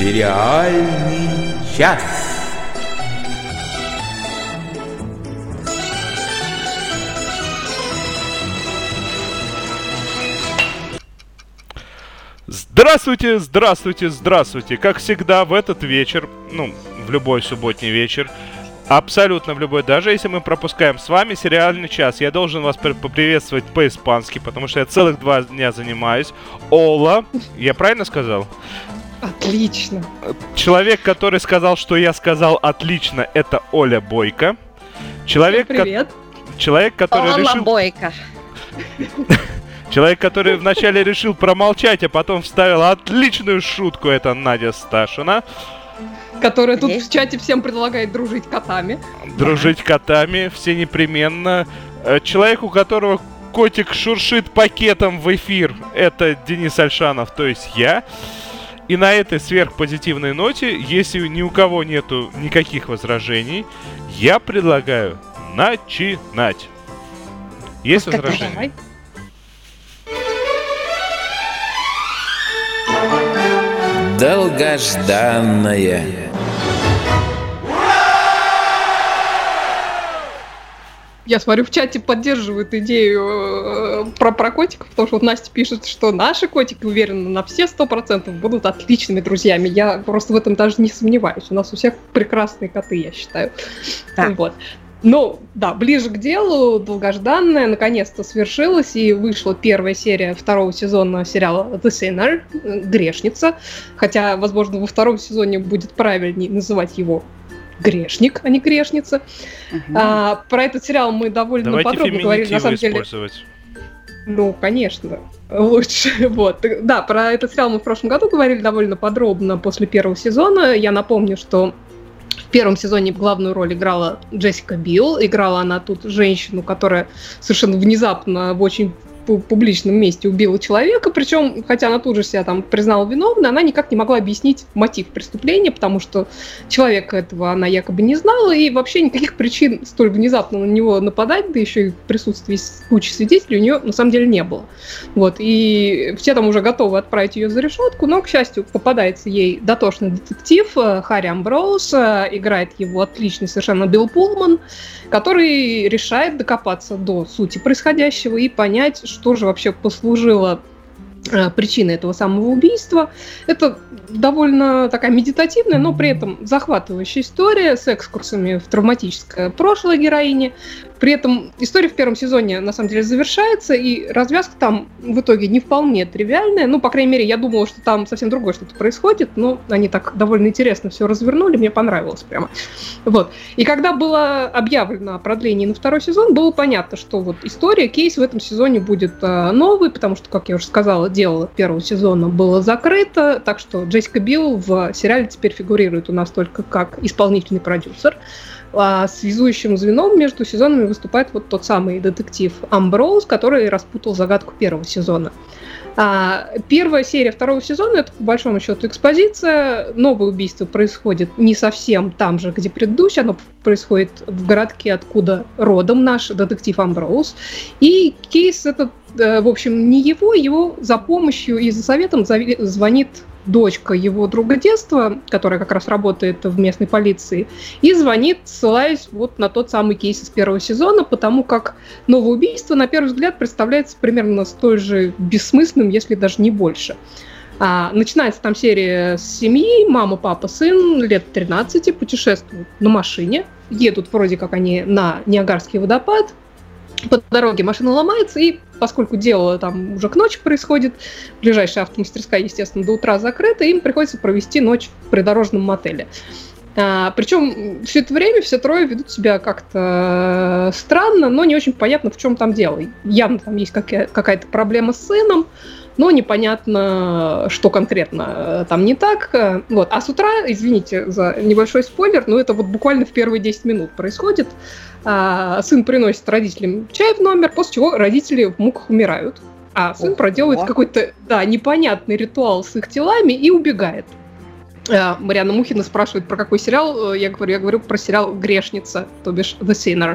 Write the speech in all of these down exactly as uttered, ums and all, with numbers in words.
Сериальный час. Здравствуйте, здравствуйте, здравствуйте. Как всегда, в этот вечер, ну, в любой субботний вечер, абсолютно в любой, даже если мы пропускаем с вами сериальный час, я должен вас поприветствовать по-испански, потому что я целых два дня занимаюсь. Ола, я правильно сказал? Отлично. Человек, который сказал, что я сказал отлично, это Оля Бойко. Человек, Всем привет. Ко- человек, который Ола решил... Бойко. Человек, который вначале решил промолчать, а потом вставил отличную шутку, это Надя Сташина. Которая тут в чате всем предлагает дружить котами. Дружить котами, все непременно. Человек, у которого котик шуршит пакетом в эфир, это Денис Альшанов, то есть я. И на этой сверхпозитивной ноте, если ни у кого нету никаких возражений, я предлагаю начинать. Есть Как возражения? Давай. Долгожданное. Я смотрю, в чате поддерживают идею э, про, про котиков, потому что вот Настя пишет, что наши котики, уверена, на все сто процентов будут отличными друзьями. Я просто в этом даже не сомневаюсь. У нас у всех прекрасные коты, я считаю. Да. Вот. Ну, да, ближе к делу, долгожданное, наконец-то свершилось, и вышла первая серия второго сезона сериала The Sinner, «Грешница», хотя, возможно, во втором сезоне будет правильнее называть его «Грешник», а не «Грешница». Uh-huh. А, про этот сериал мы довольно Давайте подробно говорили, на самом деле. Использовать. Ну, конечно, лучше. Вот. Да, про этот сериал мы в прошлом году говорили довольно подробно после первого сезона. Я напомню, что в первом сезоне главную роль играла Джессика Билл. Играла она тут женщину, которая совершенно внезапно в очень публичном месте убила человека, причем, хотя она тут же себя там признала виновной, она никак не могла объяснить мотив преступления, потому что человека этого она якобы не знала, и вообще никаких причин столь внезапно на него нападать, да еще и в присутствии кучи свидетелей у нее на самом деле не было. Вот, и все там уже готовы отправить ее за решетку, но, к счастью, попадается ей дотошный детектив Харри Амброуз, играет его отличный совершенно Билл Пулман, который решает докопаться до сути происходящего и понять, что же вообще послужило э, причиной этого самого убийства. Это довольно такая медитативная, но при этом захватывающая история с экскурсами в травматическое прошлое героини. При этом история в первом сезоне, на самом деле, завершается, и развязка там в итоге не вполне тривиальная. Ну, по крайней мере, я думала, что там совсем другое что-то происходит, но они так довольно интересно все развернули, мне понравилось прямо. Вот. И когда было объявлено о продлении на второй сезон, было понятно, что вот история, кейс в этом сезоне будет э, новый, потому что, как я уже сказала, дело первого сезона было закрыто, так что Джессика Билл в сериале теперь фигурирует у нас только как исполнительный продюсер. А связующим звеном между сезонами выступает вот тот самый детектив Амброуз, который распутал загадку первого сезона. А, первая серия второго сезона — это, по большому счету, экспозиция. Новое убийство происходит не совсем там же, где предыдущее. Оно происходит в городке, откуда родом наш детектив Амброуз. И кейс этот, в общем, не его. Его за помощью и за советом звонит дочка его друга детства, которая как раз работает в местной полиции, и звонит, ссылаясь вот на тот самый кейс из первого сезона, потому как новое убийство, на первый взгляд, представляется примерно столь же бессмысленным, если даже не больше. А, начинается там серия с семьи, мама, папа, сын, лет тринадцати, путешествуют на машине, едут вроде как они на Ниагарский водопад. По дороге машина ломается, и поскольку дело там уже к ночи происходит, ближайшая автомастерская, естественно, до утра закрыта, им приходится провести ночь в придорожном мотеле. А, причем все это время все трое ведут себя как-то странно, но не очень понятно, в чем там дело. Явно там есть какая- какая-то проблема с сыном, но непонятно, что конкретно там не так. Вот. А с утра, извините за небольшой спойлер, но это вот буквально в первые десять минут происходит. А, сын приносит родителям чай в номер, после чего родители в муках умирают. А сын Ого. проделывает какой-то, да, непонятный ритуал с их телами и убегает. А, Марьяна Мухина спрашивает, про какой сериал. Я говорю, я говорю про сериал «Грешница», то бишь «The Sinner».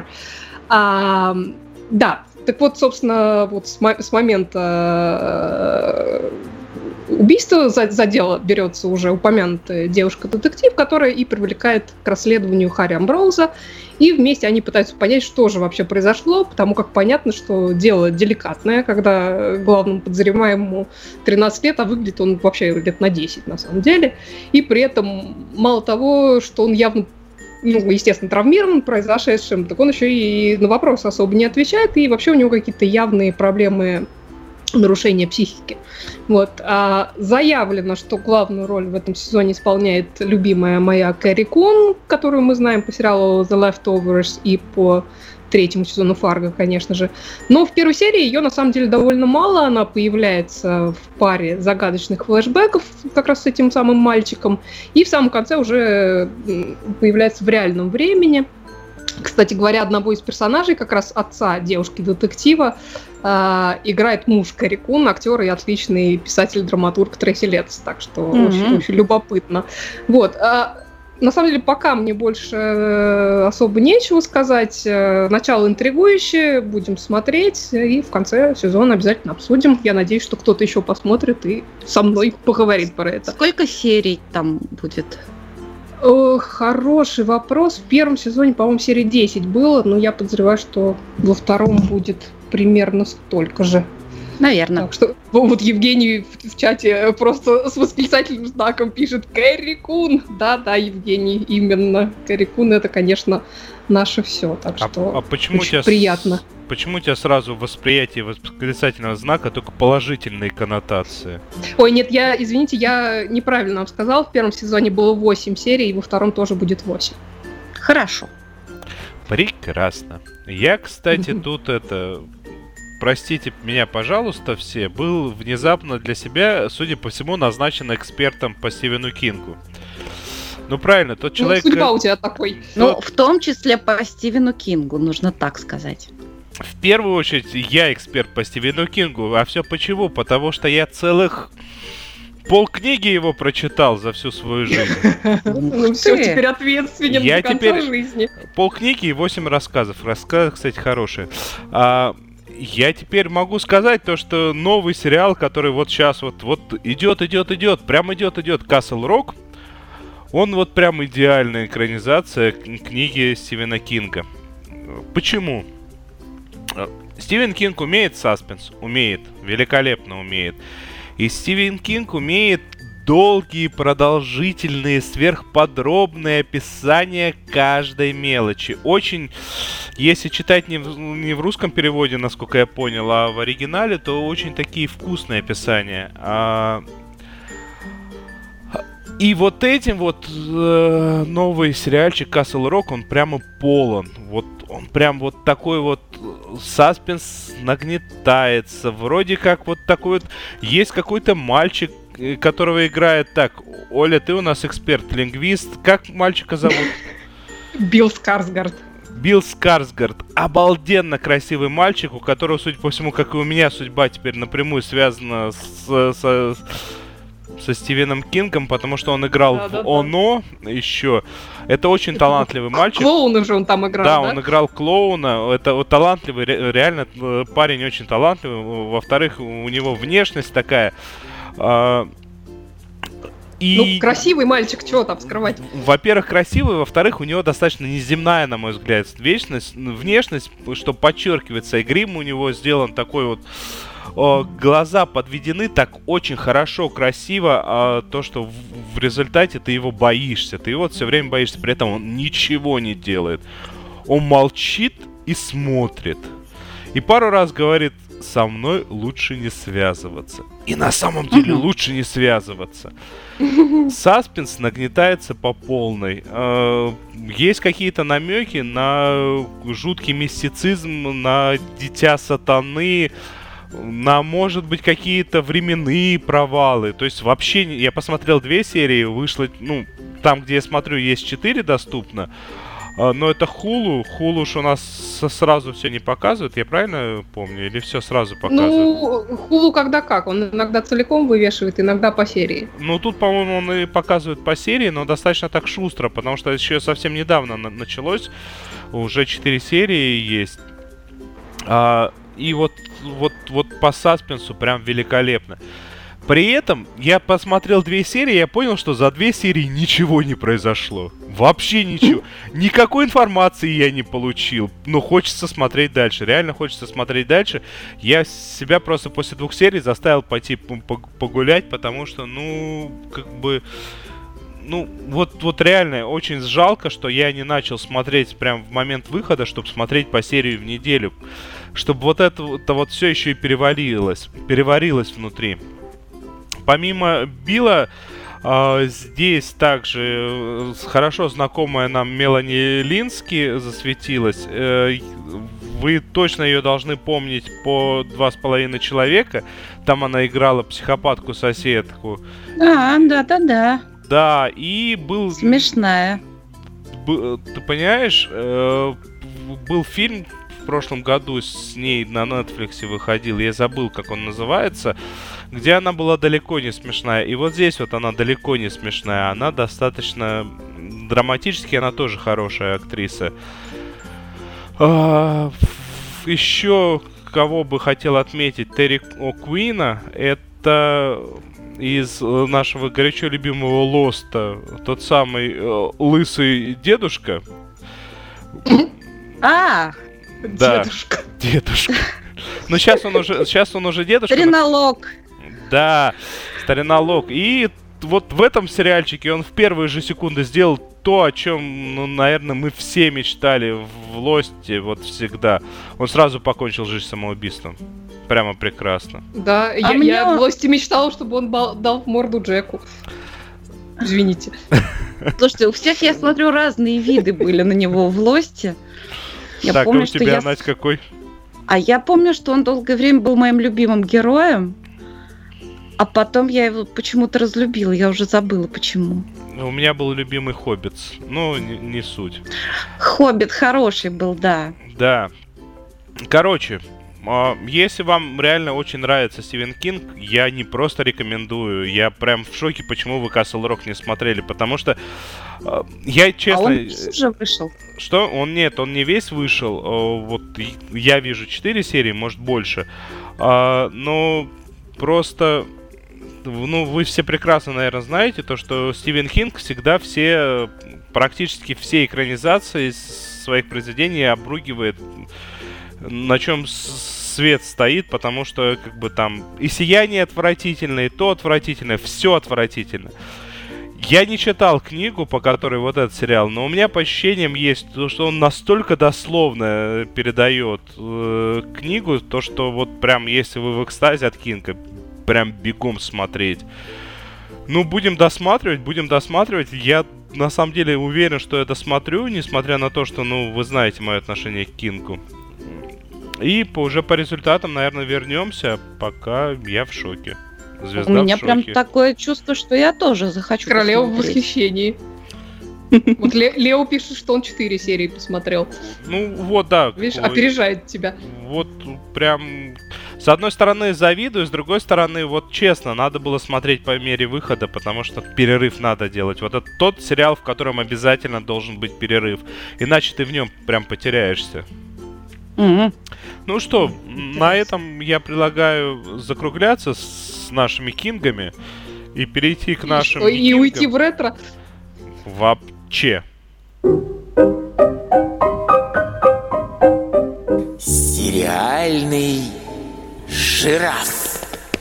А, да, так вот, собственно, вот с, мо- с момента убийства. За, за дело берется уже упомянутая девушка-детектив, которая и привлекает к расследованию Харри Амброуза. И вместе они пытаются понять, что же вообще произошло, потому как понятно, что дело деликатное, когда главному подозреваемому тринадцать лет, а выглядит он вообще лет на десять на самом деле. И при этом мало того, что он явно, ну, естественно, травмирован произошедшим, так он еще и на вопросы особо не отвечает, и вообще у него какие-то явные проблемы нарушения психики. Вот. А заявлено, что главную роль в этом сезоне исполняет любимая моя Кэрри Кун, которую мы знаем по сериалу The Leftovers и по третьему сезону Фарго, конечно же. Но в первой серии ее на самом деле довольно мало. Она появляется в паре загадочных флешбеков как раз с этим самым мальчиком. И в самом конце уже появляется в реальном времени. Кстати говоря, одного из персонажей, как раз отца девушки-детектива, э, играет муж Кэрри Кун, актер и отличный писатель-драматург Трейси Летс. Так что mm-hmm. очень, очень любопытно. Вот. А, на самом деле, пока мне больше особо нечего сказать. Начало интригующее, будем смотреть, и в конце сезона обязательно обсудим. Я надеюсь, что кто-то еще посмотрит и со мной поговорит про это. Сколько серий там будет? О, хороший вопрос. В первом сезоне, по-моему, серии десять было, но я подозреваю, что во втором будет примерно столько же. Наверное. Так что вот Евгений в, в чате просто с восклицательным знаком пишет «Кэрри Кун». Да-да, Евгений, именно. Кэрри Кун — это, конечно, наше все. Так что а, а почему очень тебя приятно. С... Почему у тебя сразу в восприятии восклицательного знака только положительные коннотации? Ой, нет, я, извините, я неправильно вам сказал. В первом сезоне было восемь серий, и во втором тоже будет восемь. Хорошо. Прекрасно. Я, кстати, тут это... Простите меня, пожалуйста, все. Был внезапно для себя, судя по всему, назначен экспертом по Стивену Кингу. Ну, правильно, тот человек... Ну, судьба у тебя такой. Ну, тот... в том числе по Стивену Кингу, нужно так сказать. В первую очередь, я эксперт по Стивену Кингу. А все почему? Потому что я целых полкниги его прочитал за всю свою жизнь. Ну все, теперь ответственен до конца жизни. Полкниги и восемь рассказов. Рассказы, кстати, хорошие. Я теперь могу сказать то, что новый сериал, который вот сейчас вот, вот идет, идет, идет, прям идет, идет, Castle Rock, он вот прям идеальная экранизация книги Стивена Кинга. Почему? Стивен Кинг умеет саспенс, умеет, великолепно умеет. И Стивен Кинг умеет долгие, продолжительные, сверхподробные описания каждой мелочи. Очень, если читать не в, не в русском переводе, насколько я понял, а в оригинале, то очень такие вкусные описания. А... И вот этим вот э, новый сериальчик Castle Rock, он прямо полон. Вот он прям вот такой вот саспенс нагнетается. Вроде как вот такой вот... Есть какой-то мальчик, которого играет... Так, Оля, ты у нас эксперт-лингвист. Как мальчика зовут? Билл Скарсгард. Билл Скарсгард. Обалденно красивый мальчик, у которого, судя по всему, как и у меня, судьба теперь напрямую связана с... с со Стивеном Кингом, потому что он играл да, в да, «Оно» да. еще. Это очень это талантливый мальчик. Клоуна же он там играл, да? Да, он играл клоуна. Это вот талантливый, реально парень очень талантливый. Во-вторых, у него внешность такая... И... Ну, красивый мальчик, чего там скрывать? Во-первых, красивый, во-вторых, у него достаточно неземная, на мой взгляд, вечность, внешность, что подчеркивается. И грим у него сделан такой вот... Глаза подведены так очень хорошо, красиво, а то, что в, в результате ты его боишься. Ты его все время боишься, при этом он ничего не делает. Он молчит и смотрит. И пару раз говорит: со мной лучше не связываться. И на самом деле uh-huh. лучше не связываться. Саспенс нагнетается по полной. Есть какие-то намеки на жуткий мистицизм, на дитя сатаны, на, может быть, какие-то временные провалы. То есть вообще, я посмотрел две серии, вышло, ну, там, где я смотрю, есть четыре доступно. Но это Hulu. Hulu ж у нас сразу все не показывает, я правильно помню? Или все сразу показывает? Ну, Hulu когда как. Он иногда целиком вывешивает, иногда по серии. Ну, тут, по-моему, он и показывает по серии, но достаточно так шустро, потому что еще совсем недавно на- началось. Уже четыре серии есть. А, и вот, вот, вот по саспенсу прям великолепно. При этом я посмотрел две серии, я понял, что за две серии ничего не произошло. Вообще ничего. Никакой информации я не получил. Но хочется смотреть дальше. Реально хочется смотреть дальше. Я себя просто после двух серий заставил пойти погулять, потому что, ну, как бы... Ну, вот, вот реально очень жалко, что я не начал смотреть прям в момент выхода, чтобы смотреть по серии в неделю. Чтобы вот это вот, вот все еще и переварилось. Переварилось внутри. Помимо Билла, э, здесь также хорошо знакомая нам Мелани Лински засветилась. Э, вы точно ее должны помнить по «Два с половиной человека». Там она играла психопатку-соседку. А, да-да-да. Да, и был... Смешная. Б, ты понимаешь, э, был фильм в прошлом году с ней на Netflix выходил, я забыл, как он называется, где она была далеко не смешная. И вот здесь вот она далеко не смешная. Она достаточно драматически, она тоже хорошая актриса. А, еще кого бы хотел отметить, Терри О'Куина. Это из нашего горячо любимого Лоста, тот самый э, лысый дедушка. А, да, дедушка. Дедушка. Ну сейчас он уже, сейчас он уже дедушка. Старинолог. Да, старинолог. И вот в этом сериальчике он в первые же секунды сделал то, о чем, ну, наверное, мы все мечтали в Лосте, вот всегда. Он сразу покончил жизнь самоубийством. Прямо прекрасно. Да, а я, мне... я в Лосте мечтала, чтобы он бал- дал в морду Джеку. Извините. Слушайте, у всех, я смотрю, разные виды были на него в Лосте. Я так, помню, а у что тебя, я... Надь, какой? А я помню, что он долгое время был моим любимым героем, а потом я его почему-то разлюбила, я уже забыла, почему. У меня был любимый Хоббитс, ну, не, не суть. Хоббит хороший был, да. Да. Короче, если вам реально очень нравится Стивен Кинг, я не просто рекомендую, я прям в шоке, почему вы Castle Rock не смотрели, потому что э, я честно... А он уже вышел? Что? Он нет, он не весь вышел, э, вот я вижу четыре серии, может больше, э, но просто... Ну, вы все прекрасно, наверное, знаете, то, что Стивен Кинг всегда все, практически все экранизации своих произведений обругивает, на чем свет стоит, потому что, как бы, там и «Сияние» отвратительно, и то отвратительно, все отвратительно. Я не читал книгу, по которой вот этот сериал, но у меня по ощущениям есть, то, что он настолько дословно передает э, книгу, то, что вот прям, если вы в экстазе от Кинга, прям бегом смотреть. Ну, будем досматривать, будем досматривать. Я на самом деле уверен, что я досмотрю, несмотря на то, что, ну, вы знаете мое отношение к Кингу. И по, уже по результатам, наверное, вернемся, пока я в шоке. Звезда У меня в прям шоке. такое чувство, что я тоже захочу Королева в посмотреть. восхищении. Вот Ле- Лео пишет, что он четыре серии посмотрел. Ну, вот, да. Видишь, ой, опережает тебя. Вот прям... С одной стороны завидую, с другой стороны, вот честно, надо было смотреть по мере выхода, потому что перерыв надо делать. Вот это тот сериал, в котором обязательно должен быть перерыв. Иначе ты в нем прям потеряешься. Мгм. Ну что, на этом я предлагаю закругляться с нашими кингами и перейти к нашим Что, и кингам. уйти в ретро. Вообще. Сериальный жираф.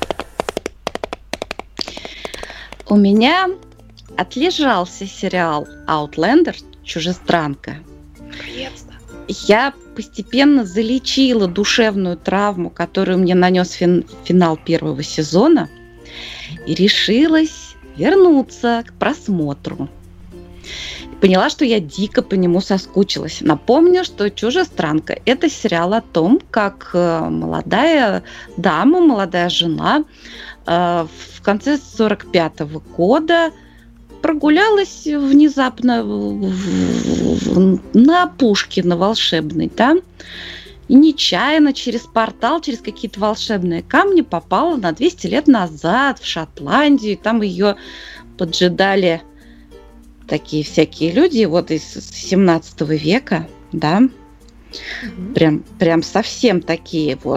У меня отлежался сериал Outlander «Чужестранка». Наконец-то. Я постепенно залечила душевную травму, которую мне нанес фин- финал первого сезона, и решилась вернуться к просмотру. Поняла, что я дико по нему соскучилась. Напомню, что «Чужестранка» – это сериал о том, как э, молодая дама, молодая жена э, в конце сорок пятого года прогулялась внезапно в- в- на опушке, на волшебной, да, и нечаянно через портал, через какие-то волшебные камни попала на двести лет назад в Шотландию. И там ее поджидали такие всякие люди, вот из семнадцатого века, да, прям, прям совсем такие вот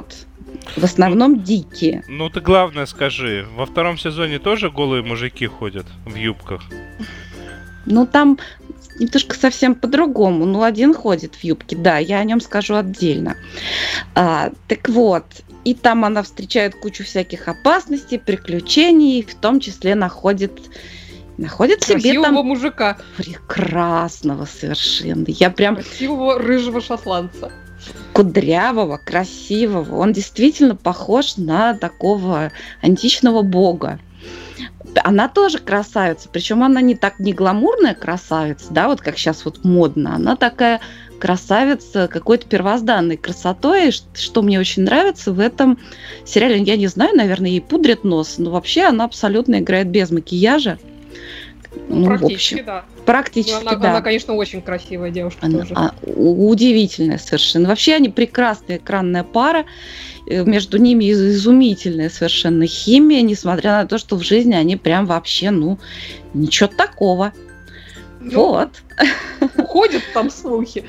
В основном дикие. Ну ты главное скажи, во втором сезоне тоже голые мужики ходят в юбках? Ну там немножко совсем по-другому. Ну один ходит в юбке, да, я о нем скажу отдельно. А, так вот, и там она встречает кучу всяких опасностей, приключений, в том числе находит... Находит себе там мужика. Прекрасного совершенно. Я прям... Красивого рыжего шотландца. Кудрявого, красивого. Он действительно похож на такого античного бога. Она тоже красавица. Причем она не так не гламурная красавица, да, вот как сейчас вот модно. Она такая красавица какой-то первозданной красотой. Что мне очень нравится в этом сериале, я не знаю, наверное, ей пудрят нос, но вообще она абсолютно играет без макияжа. Ну, практически, в общем, да. Практически, она, да. Она, конечно, очень красивая девушка она, тоже. А, удивительная совершенно. Вообще они прекрасная экранная пара. Между ними изумительная совершенно химия, несмотря на то, что в жизни они прям вообще, ну, ничего такого. Ну, вот. Ходят там слухи.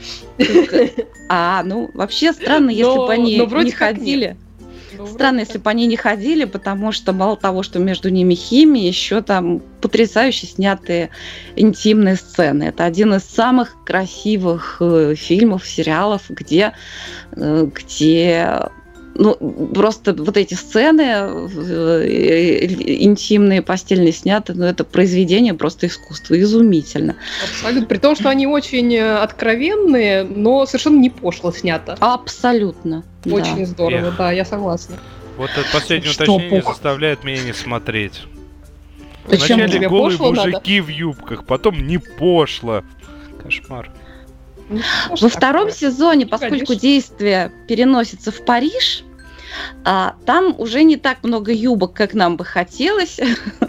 А, ну, вообще странно, если бы они не ходили. Странно, если бы они не ходили, потому что мало того, что между ними химия, еще там потрясающе снятые интимные сцены. Это один из самых красивых э, фильмов, сериалов, где, э, где ну, просто вот эти сцены э, интимные, постельные сняты, ну, это произведение просто искусства, изумительно. Абсолютно. При том, что они очень откровенные, но совершенно не пошло снято. Абсолютно. Очень да. здорово, Эх. Да, я согласна. Вот это последнее Что, уточнение пух? заставляет меня не смотреть. Почему? Вначале Тебе голые пошло мужики надо? в юбках, потом не пошло. Кошмар. Ну, Во втором такое? сезоне, Не поскольку годишься. действие переносится в Париж, а, там уже не так много юбок, как нам бы хотелось.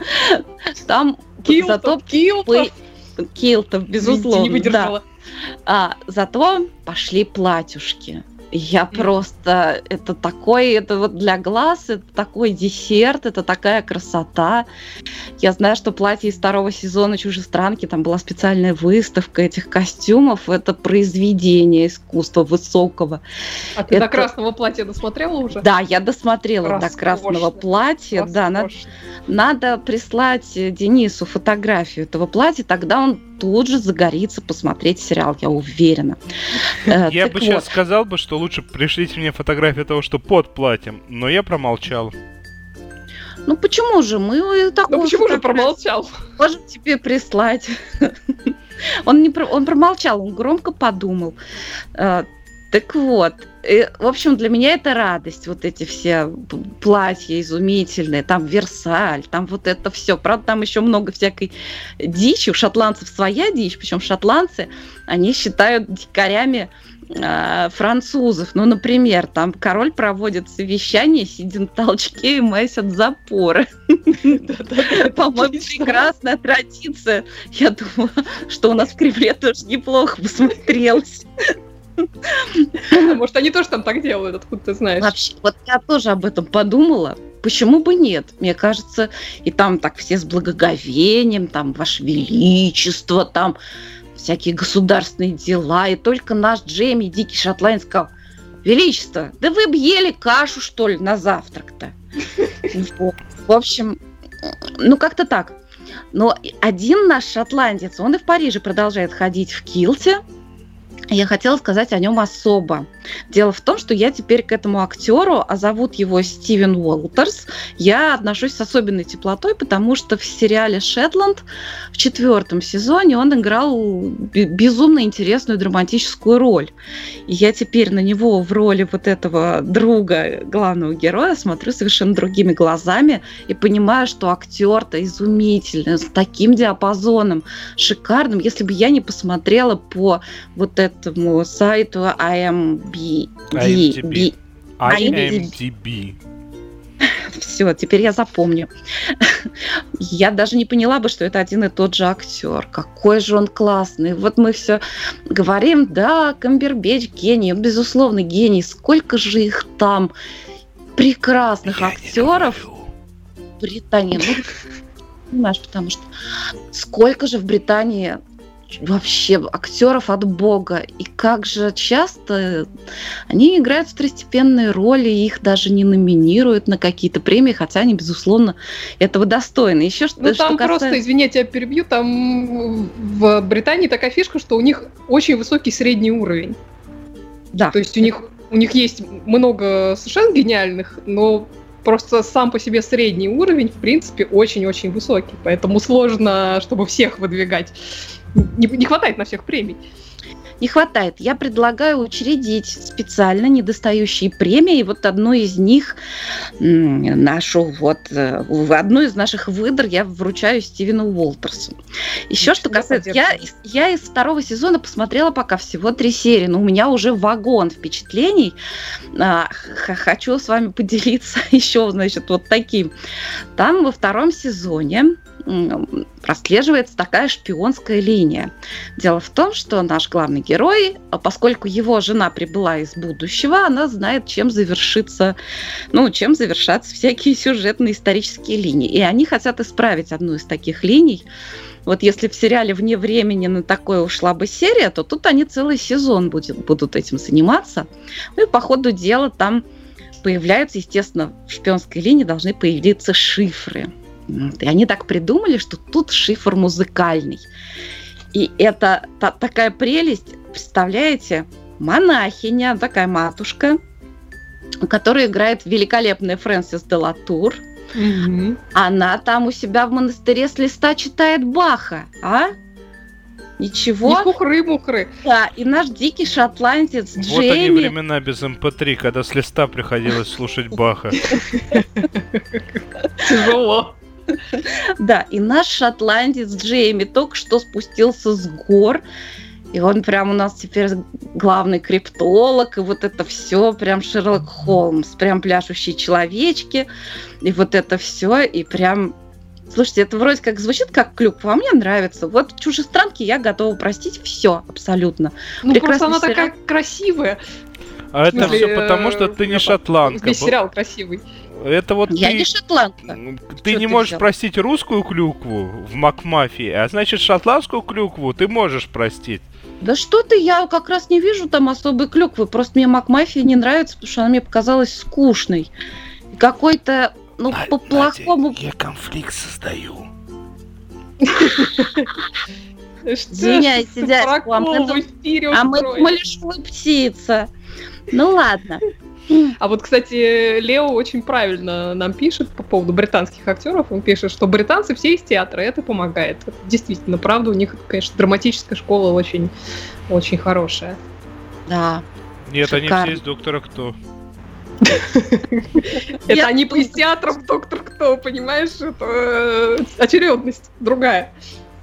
Там зато Килтов, Килтов. пы- килтов, Не безусловно, да. выдержала. А, зато пошли платьюшки. Я Мгм. просто... Это такой... Это вот для глаз, это такой десерт, это такая красота. Я знаю, что платье из второго сезона «Чужестранки», там была специальная выставка этих костюмов. Это произведение искусства высокого. А ты Это- до красного платья досмотрела уже? Да, я досмотрела до Роскошно. красного платья. Да, надо, Роскошно. надо прислать э, Денису фотографию этого платья, тогда он тут же загорится посмотреть сериал, я уверена. Э, Я так бы вот. сейчас сказал бы, что лучше пришлите мне фотографию того, что под платьем, но я промолчал. Ну почему же? Мы и такую Ну почему же фотографию промолчал? можем тебе прислать. Он, не про- он промолчал, он громко подумал. Э, Так вот, э, в общем, для меня это радость, вот эти все п- платья изумительные, там Версаль, там вот это все. Правда, там еще много всякой дичи, у шотландцев своя дичь, причем шотландцы, они считают дикарями э, французов. Ну, например, там король проводит совещание, сидя на толчке и маясь от запора. По-моему, прекрасная традиция. Я думаю, что у нас в Кремле тоже неплохо бы смотрелось. Может, они тоже там так делают, откуда ты знаешь? Вообще, вот я тоже об этом подумала. Почему бы нет? Мне кажется, и там так все с благоговением, там, Ваше Величество, там всякие государственные дела. И только наш Джейми, дикий шотландец, сказал: Величество, да вы б ели кашу, что ли, на завтрак-то? Вот. В общем, ну как-то так. Но один наш шотландец, он и в Париже продолжает ходить в килте. Я хотела сказать о нем особо. Дело в том, что я теперь к этому актеру, а зовут его Стивен Уолтерс, я отношусь с особенной теплотой, потому что в сериале «Шетланд» в четвертом сезоне он играл б- безумно интересную драматическую роль. И я теперь на него в роли вот этого друга главного героя смотрю совершенно другими глазами и понимаю, что актер-то изумительный, с таким диапазоном, шикарным. Если бы я не посмотрела по вот этому сайту ай эм би ди, ай эм ди би. все, теперь я запомню. Я даже не поняла бы, что это один и тот же актер. Какой же он классный. Вот мы все говорим, да, Камбербэтч гений, он, безусловно, гений. Сколько же их там прекрасных актеров в Британии. Ну, понимаешь, потому что сколько же в Британии вообще актеров от бога. И как же часто они играют второстепенные роли, их даже не номинируют на какие-то премии, хотя они, безусловно, этого достойны. Еще что, Ну, что там касается... просто, извини, я тебя перебью, там в Британии такая фишка, что у них очень высокий средний уровень. Да. То есть у них, у них есть много совершенно гениальных, но просто сам по себе средний уровень, в принципе, очень-очень высокий. Поэтому сложно, чтобы всех выдвигать. Не, не хватает на всех премий. Не хватает. Я предлагаю учредить специально недостающие премии. И вот одну из них, нашу вот, в одну из наших выдр я вручаю Стивену Уолтерсу. Еще что касается... Я, я из второго сезона посмотрела пока всего три серии, но у меня уже вагон впечатлений. Хочу с вами поделиться еще, значит, вот таким. Там во втором сезоне прослеживается такая шпионская линия. Дело в том, что наш главный герой, поскольку его жена прибыла из будущего, она знает, чем завершится, ну, чем завершатся всякие сюжетные исторические линии. И они хотят исправить одну из таких линий. Вот если в сериале «Вне времени» на такое ушла бы серия, то тут они целый сезон будет, будут этим заниматься. Ну и по ходу дела там появляются, естественно, в шпионской линии должны появиться шифры. И они так придумали, что тут шифр музыкальный. И это та, такая прелесть, представляете, монахиня, такая матушка, которая играет великолепная Фрэнсис де Латур. Mm-hmm. Она там у себя в монастыре с листа читает Баха, а? Ничего. Не хухры-мухры. Да, и наш дикий шотландец Джейми... Вот они времена без эм пэ три, когда с листа приходилось слушать Баха. Тяжело. Да, и наш шотландец Джейми только что спустился с гор, и он прям у нас теперь главный криптолог, и вот это все прям Шерлок Холмс, прям пляшущие человечки, и вот это все, и прям... Слушайте, это вроде как звучит как клюква, а мне нравится. Вот чужестранки я готова простить все абсолютно. Ну, прекрасный просто она сериал. такая красивая. А это смысле, все потому, что ты не шотландка. Весь сериал красивый. Это вот Я ты, не шотландка. Ты Что не ты можешь взял? простить русскую клюкву в Макмафии, а значит шотландскую клюкву ты можешь простить. Да что ты, я как раз не вижу там особой клюквы. Просто мне Макмафия не нравится, потому что она мне показалась скучной. И какой-то, ну, На- по-плохому... Надя, я конфликт создаю. Извиняйте, дядя, вам в это- эфире А мы устроили. думали, что вы птица. Ну ладно. А вот, кстати, Лео очень правильно нам пишет по поводу британских актеров. Он пишет, что британцы все из театра, и это помогает. Это действительно, правда, у них, конечно, драматическая школа очень, очень хорошая. Да. Нет, они Шикарно. все из Доктора Кто. Это Я- они из театра в Доктор Кто, понимаешь? Это э, очередность другая.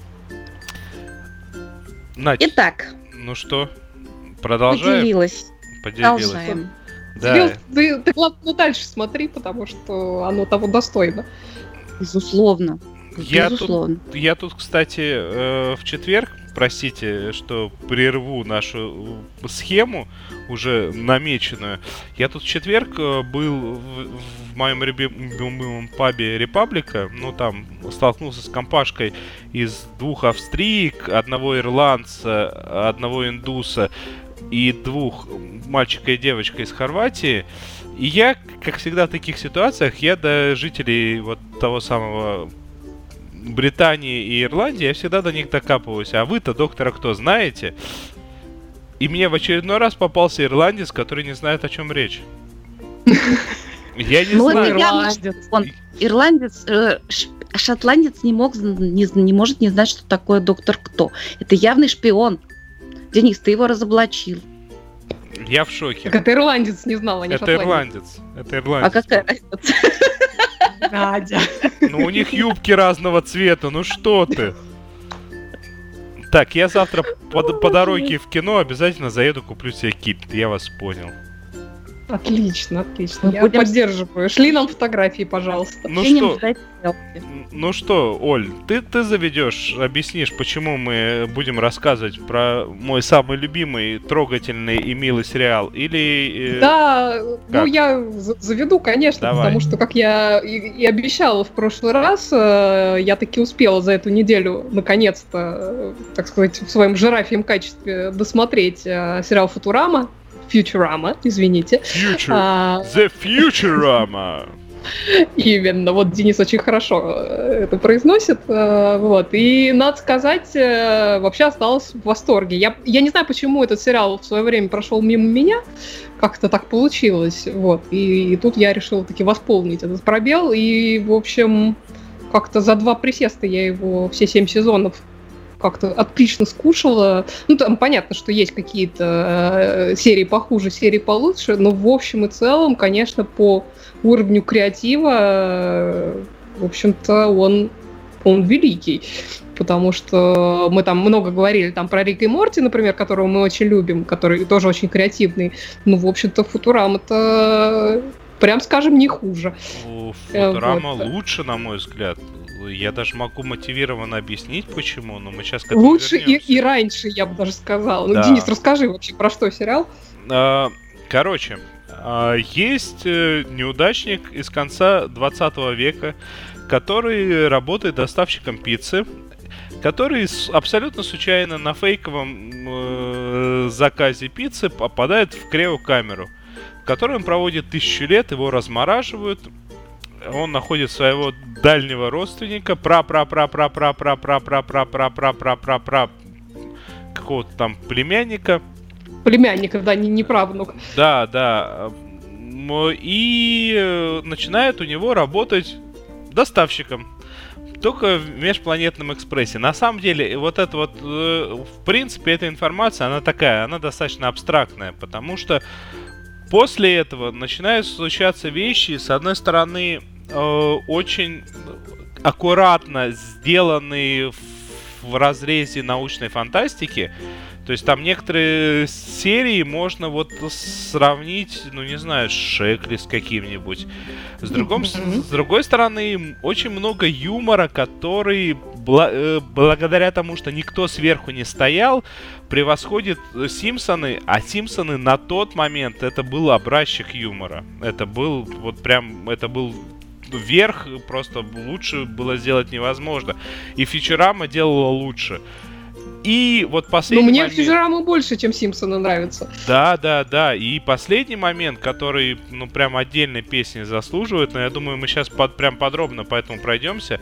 Надь, Итак, ну что, продолжаем? поделилась. Поделилась. Продолжаем. Да. Тебе- Ты, ты, главное, дальше смотри, потому что оно того достойно. Безусловно. Я Безусловно. Я тут, кстати, э, в четверг, простите, что прерву нашу э, схему, уже намеченную. Я тут в четверг э, был в, в моем любимом пабе «Репаблика». Ну, там столкнулся с компашкой из двух австриек, одного ирландца, одного индуса и двух, мальчика и девочка из Хорватии. И я, как всегда в таких ситуациях, я до жителей вот того самого Британии и Ирландии, я всегда до них докапываюсь. А вы-то Доктора Кто знаете? И мне в очередной раз попался ирландец, который не знает, о чем речь. Я не Ну, это знаю. явно Ирландец. он. Ирландец, э, ш- шотландец не, мог, зн- не, зн- не может не знать, что такое Доктор Кто. Это явный шпион. Денис, ты его разоблачил. Я в шоке. Так это ирландец не знал, а не Это шотландец. ирландец. Это А ирландец. какая разница? Надя. Ну, у них юбки разного цвета, ну что ты? Так, я завтра по, по дороге в кино обязательно заеду, куплю себе кит. Я вас понял. Отлично, отлично. Мы Я будем- поддерживаю. Шли нам фотографии, пожалуйста. Ну Будем что, ждать селфи. ну что, Оль, ты, ты заведешь, объяснишь, почему мы будем рассказывать про мой самый любимый, трогательный и милый сериал? Или... э, Да, ну как? я за- заведу, конечно, Давай. потому что, как я и, и обещала в прошлый раз, э, я таки успела за эту неделю, наконец-то, э, так сказать, в своем жирафьем качестве досмотреть э, сериал «Футурама». Фьючерама, извините. Future. А, The Futurama. Именно, вот Денис очень хорошо э, это произносит, э, вот, и, надо сказать, э, вообще осталась в восторге. Я, я не знаю, почему этот сериал в свое время прошел мимо меня, как-то так получилось, вот, и, и тут я решила таки восполнить этот пробел, и, в общем, как-то за два присеста я его все семь сезонов как-то отлично скушала. Ну, там понятно, что есть какие-то э, серии похуже, серии получше, но в общем и целом, конечно, по уровню креатива, э, в общем-то, он, он великий. Потому что мы там много говорили там про Рика и Морти, например, которого мы очень любим, который тоже очень креативный. Ну, в общем-то, Футурама-то, прям скажем, не хуже. У Э, Футурама вот. лучше, на мой взгляд. Я даже могу мотивированно объяснить, почему, но мы сейчас к этому Лучше и, вернемся. и раньше, я бы даже сказала. Ну, Да. Денис, расскажи вообще, про что сериал? А, Короче, а, есть э, неудачник из конца двадцатого века, который работает доставщиком пиццы, который с- абсолютно случайно на фейковом э, заказе пиццы попадает в криокамеру, в которой он проводит тысячу лет, его размораживают. Он находит своего дальнего родственника, пра-пра-пра-пра-пра-пра-пра-пра-пра-пра-пра-пра какого-то там племянника. Племянников, да, не, не правнук. Да, да. М, И э, начинает у него работать доставщиком. Только в межпланетном экспрессе. На самом деле, вот это вот, э, в принципе, эта информация, она такая, она достаточно абстрактная, потому что после этого начинают случаться вещи, с одной стороны, э, очень аккуратно сделанные в, в разрезе научной фантастики. То есть там некоторые серии можно вот сравнить, ну не знаю, с Шекли с каким-нибудь. С, другом, с, Мгм. с другой стороны, м, очень много юмора, который бла- э, благодаря тому, что никто сверху не стоял, превосходит э, Симпсоны, а Симпсоны на тот момент это был образчик юмора. Это был вот прям, это был верх, просто лучше было сделать невозможно. И Фьючерама делала лучше. И вот Ну, последний мне момент... Фьючерама больше, чем Симпсоны нравится. Да, да, да. И последний момент, который, ну, прям отдельной песни заслуживает, но я думаю, мы сейчас под, прям подробно по этому пройдемся.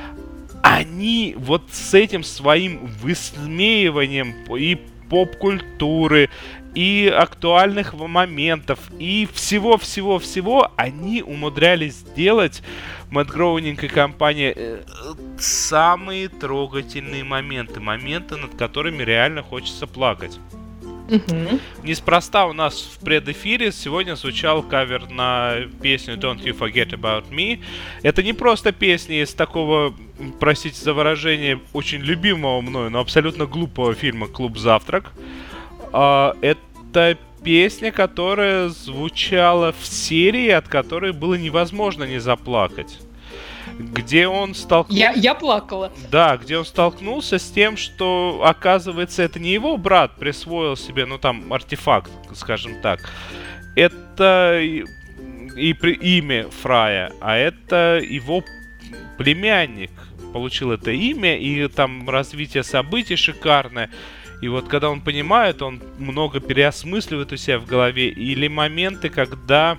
Они вот с этим своим высмеиванием и поп-культуры, и актуальных в- моментов, и всего-всего-всего они умудрялись сделать, Мэтт Гроунинг и компания, э, э, самые трогательные моменты, моменты, над которыми реально хочется плакать. Мгм. Неспроста у нас в предэфире сегодня звучал кавер на песню Don't You Forget About Me. Это не просто песня из такого, м, простите за выражение, очень любимого мною, но абсолютно глупого фильма «Клуб Завтрак». А, это песня, которая звучала в серии, от которой было невозможно не заплакать. Где он столкнулся... Я, я плакала. Да, где он столкнулся с тем, что, оказывается, это не его брат присвоил себе, ну там, артефакт, скажем так. Это и, и при- имя Фрая, а это его племянник получил это имя, и там развитие событий шикарное. И вот когда он понимает, он много переосмысливает у себя в голове. Или моменты, когда...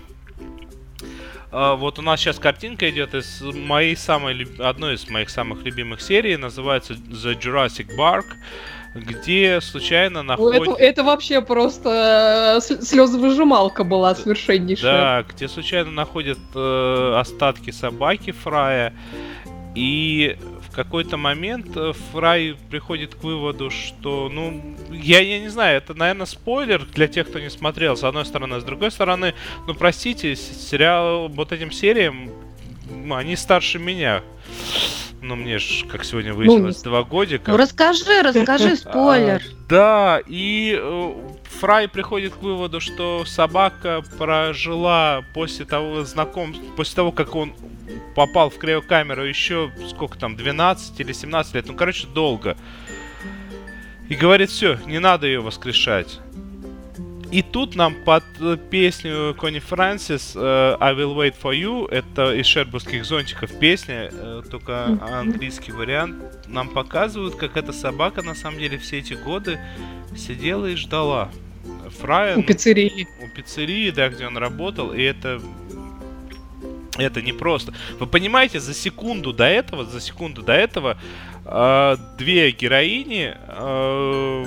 Uh, вот у нас сейчас картинка идет из моей самой люб- одной из моих самых любимых серий, называется The Jurassic Park, где случайно Ну, находят... это, это вообще просто э, слезовыжималка была совершеннейшая. Да, где случайно находят э, остатки собаки Фрая, и в какой-то момент э, Фрай приходит к выводу, что, ну, я, я не знаю, это, наверное, спойлер для тех, кто не смотрел, с одной стороны, а с другой стороны, ну, простите, с- сериал, вот этим сериям, м, они старше меня. Ну, мне ж, как сегодня выяснилось, ну, два годика. Ну, расскажи, расскажи, спойлер. А, да, и э, Фрай приходит к выводу, что собака прожила после того знакомства, после того, как он попал в криокамеру еще, сколько там, двенадцать или семнадцать лет, ну, короче, долго. И говорит, все, не надо ее воскрешать. И тут нам под песню Конни Фрэнсис uh, I Will Wait For You, это из Шербургских зонтиков песня, uh, только mm-hmm. английский вариант, нам показывают, как эта собака на самом деле все эти годы сидела и ждала Фрая. У пиццерии. У пиццерии, да, где он работал, и это... Это непросто. Вы понимаете, за секунду до этого, за секунду до этого э, две героини, э,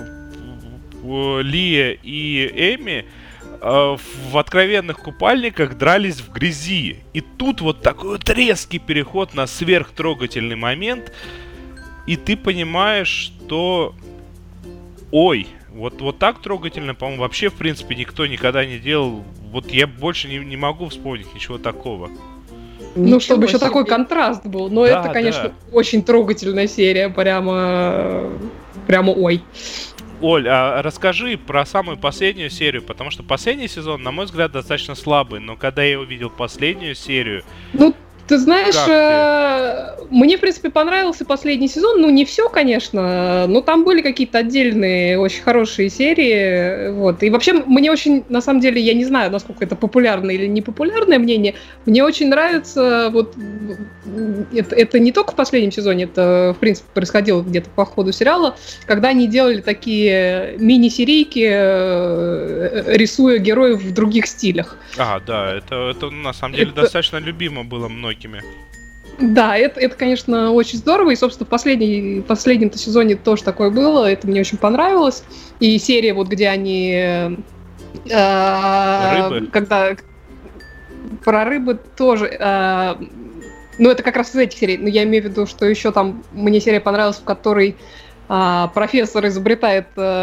Лия и Эми, э, в откровенных купальниках дрались в грязи. И тут вот такой вот резкий переход на сверхтрогательный момент, и ты понимаешь, что... Ой, вот, вот так трогательно, по-моему, вообще, в принципе, никто никогда не делал. Вот я больше не, не могу вспомнить ничего такого. Ну, ничего чтобы еще себе. Такой контраст был. Но да, это, конечно, да. Очень трогательная серия. Прямо... Прямо ой. Оль, а расскажи про самую последнюю серию, потому что последний сезон, на мой взгляд, достаточно слабый. Но когда я увидел последнюю серию... Ну, ты знаешь, э, мне, в принципе, понравился последний сезон. Ну, не все, конечно, но там были какие-то отдельные, очень хорошие серии. Вот. И вообще, мне очень, на самом деле, я не знаю, насколько это популярное или непопулярное мнение, мне очень нравится, вот, это, это не только в последнем сезоне, это, в принципе, происходило где-то по ходу сериала, когда они делали такие мини-серийки, рисуя героев в других стилях. А, да, это, это на самом деле это... достаточно любимо было многим. Да, это, это, конечно, очень здорово. И, собственно, в, последней, в последнем-то сезоне тоже такое было. Это мне очень понравилось. И серия, вот где они... Э, рыбы? Когда... Про рыбы тоже... Э, ну, это как раз из этих серий. Но я имею в виду, что еще там мне серия понравилась, в которой э, профессор изобретает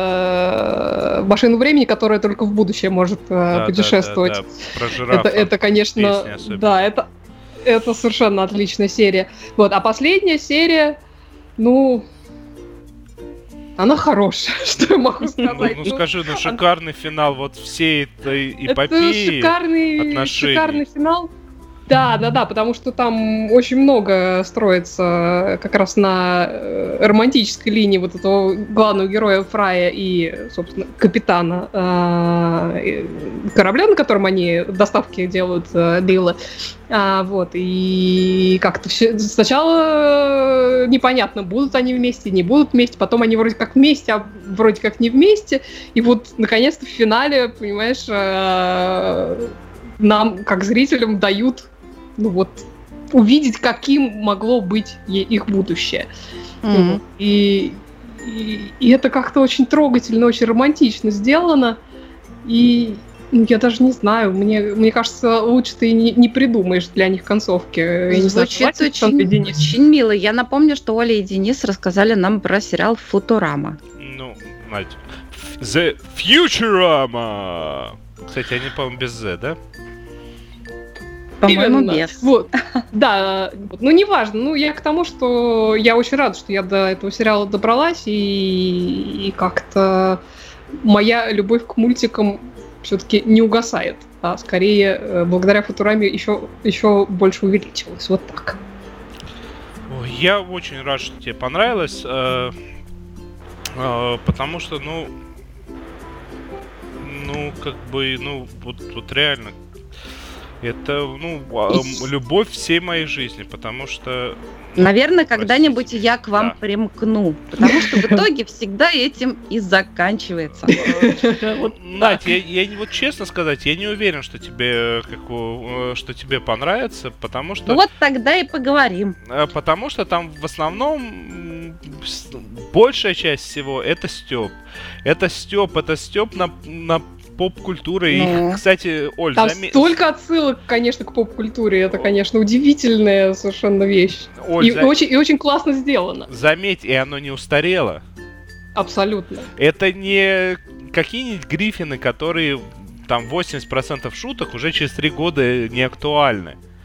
э, машину времени, которая только в будущее может э, да, путешествовать. Да, да, да. Про жирафа. Это, это, конечно... Да, это... Это совершенно отличная серия. Вот, а последняя серия, ну, она хорошая, что я могу сказать. Ну, ну скажи, ну шикарный финал вот всей этой эпопеи. Это шикарный, шикарный финал. Да, да, да, потому что там очень много строится как раз на романтической линии вот этого главного героя Фрая и, собственно, капитана э, корабля, на котором они доставки делают, э, Дилла. А, вот, и как-то все... Сначала непонятно, будут они вместе, не будут вместе, потом они вроде как вместе, а вроде как не вместе, и вот, наконец-то, в финале, понимаешь, э, нам, как зрителям, дают, ну вот, увидеть, каким могло быть их будущее. Mm-hmm. И, и, и это как-то очень трогательно, очень романтично сделано, и... Ну, я даже не знаю. Мне, мне кажется, лучше ты не, не придумаешь для них концовки. Я не Звучит знаю, очень, очень мило. Я напомню, что Оля и Денис рассказали нам про сериал «Футурама». Ну, знаете, The Futurama. Кстати, они, по-моему, без Z, да? По-моему, без. Вот. Да, ну неважно. Ну, я к тому, что я очень рада, что я до этого сериала добралась, и, и как-то моя любовь к мультикам все-таки не угасает, а скорее благодаря Футураме еще, еще больше увеличилась. Вот так. Ой, я очень рад, что тебе понравилось, э, э, потому что, ну, ну, как бы, ну, вот, вот реально, это, ну, э, любовь всей моей жизни, потому что... Наверное, когда-нибудь я к вам да. примкну, потому что в итоге всегда этим и заканчивается. Надь, я, я вот честно сказать, я не уверен, что тебе, как, что тебе понравится, потому что... Ну вот тогда и поговорим. Потому что там в основном большая часть всего это стёб. Это стёб, это стёб на, на поп-культуры. Ну. И, кстати, Оль, там заме... столько отсылок, конечно, к поп-культуре. Это, конечно, удивительная совершенно вещь. Оль, и, за... очень, и очень классно сделано. Заметь, и оно не устарело. Абсолютно. Это не какие-нибудь Гриффины, которые там восемьдесят процентов шуток уже через три года не актуальны.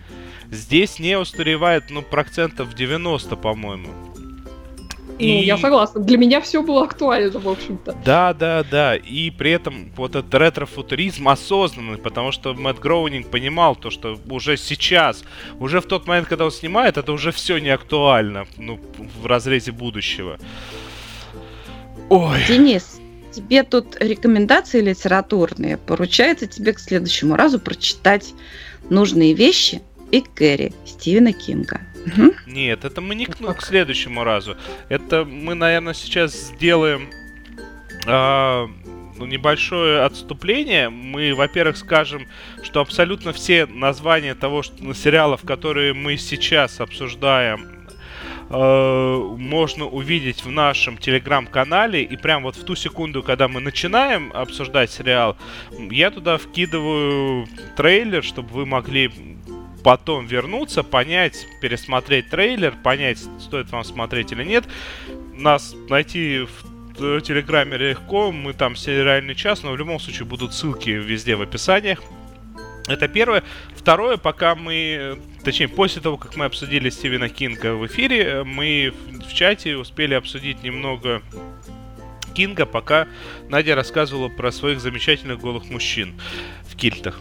Здесь не устаревает, ну, процентов девяносто, по-моему. Ну, и... я согласна. Для меня все было актуально, в общем-то. Да, да, да. И при этом вот этот ретро-футуризм осознанный, потому что Мэтт Гроунинг понимал то, что уже сейчас, уже в тот момент, когда он снимает, это уже все не актуально, ну, в разрезе будущего. Ой. Денис, тебе тут рекомендации литературные. Поручается тебе к следующему разу прочитать «Нужные вещи» и «Кэрри» Стивена Кинга. Угу. Нет, это мы не к, ну, к следующему разу. Это мы, наверное, сейчас сделаем э, ну, небольшое отступление. Мы, во-первых, скажем, что абсолютно все названия того, что, сериалов, которые мы сейчас обсуждаем, э, можно увидеть в нашем телеграм-канале. И прям вот в ту секунду, когда мы начинаем обсуждать сериал, я туда вкидываю трейлер, чтобы вы могли... потом вернуться, понять, пересмотреть трейлер, понять, стоит вам смотреть или нет. Нас найти в Телеграме легко, мы там «Сериальный час», но в любом случае будут ссылки везде в описаниях. Это первое. Второе, пока мы, точнее, после того, как мы обсудили Стивена Кинга в эфире, мы в чате успели обсудить немного Кинга, пока Надя рассказывала про своих замечательных голых мужчин в кильтах.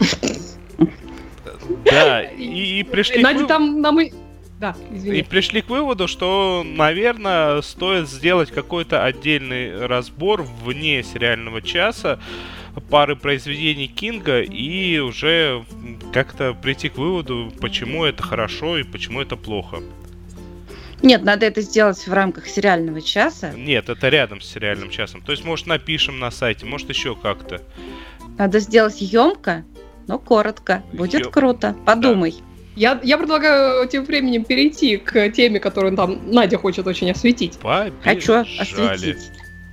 Да, и, и пришли Надя к вы... там нам и... Да, извини. И пришли к выводу, что, наверное, стоит сделать какой-то отдельный разбор вне сериального часа пары произведений Кинга и уже как-то прийти к выводу, почему это хорошо и почему это плохо. Нет, надо это сделать в рамках сериального часа. Нет, это рядом с сериальным часом. То есть, может, напишем на сайте, может, еще как-то. Надо сделать емко, но коротко. Будет Ё... круто. Подумай. Да. Я, я предлагаю тем временем перейти к теме, которую там Надя хочет очень осветить. Побежали. Хочу осветить.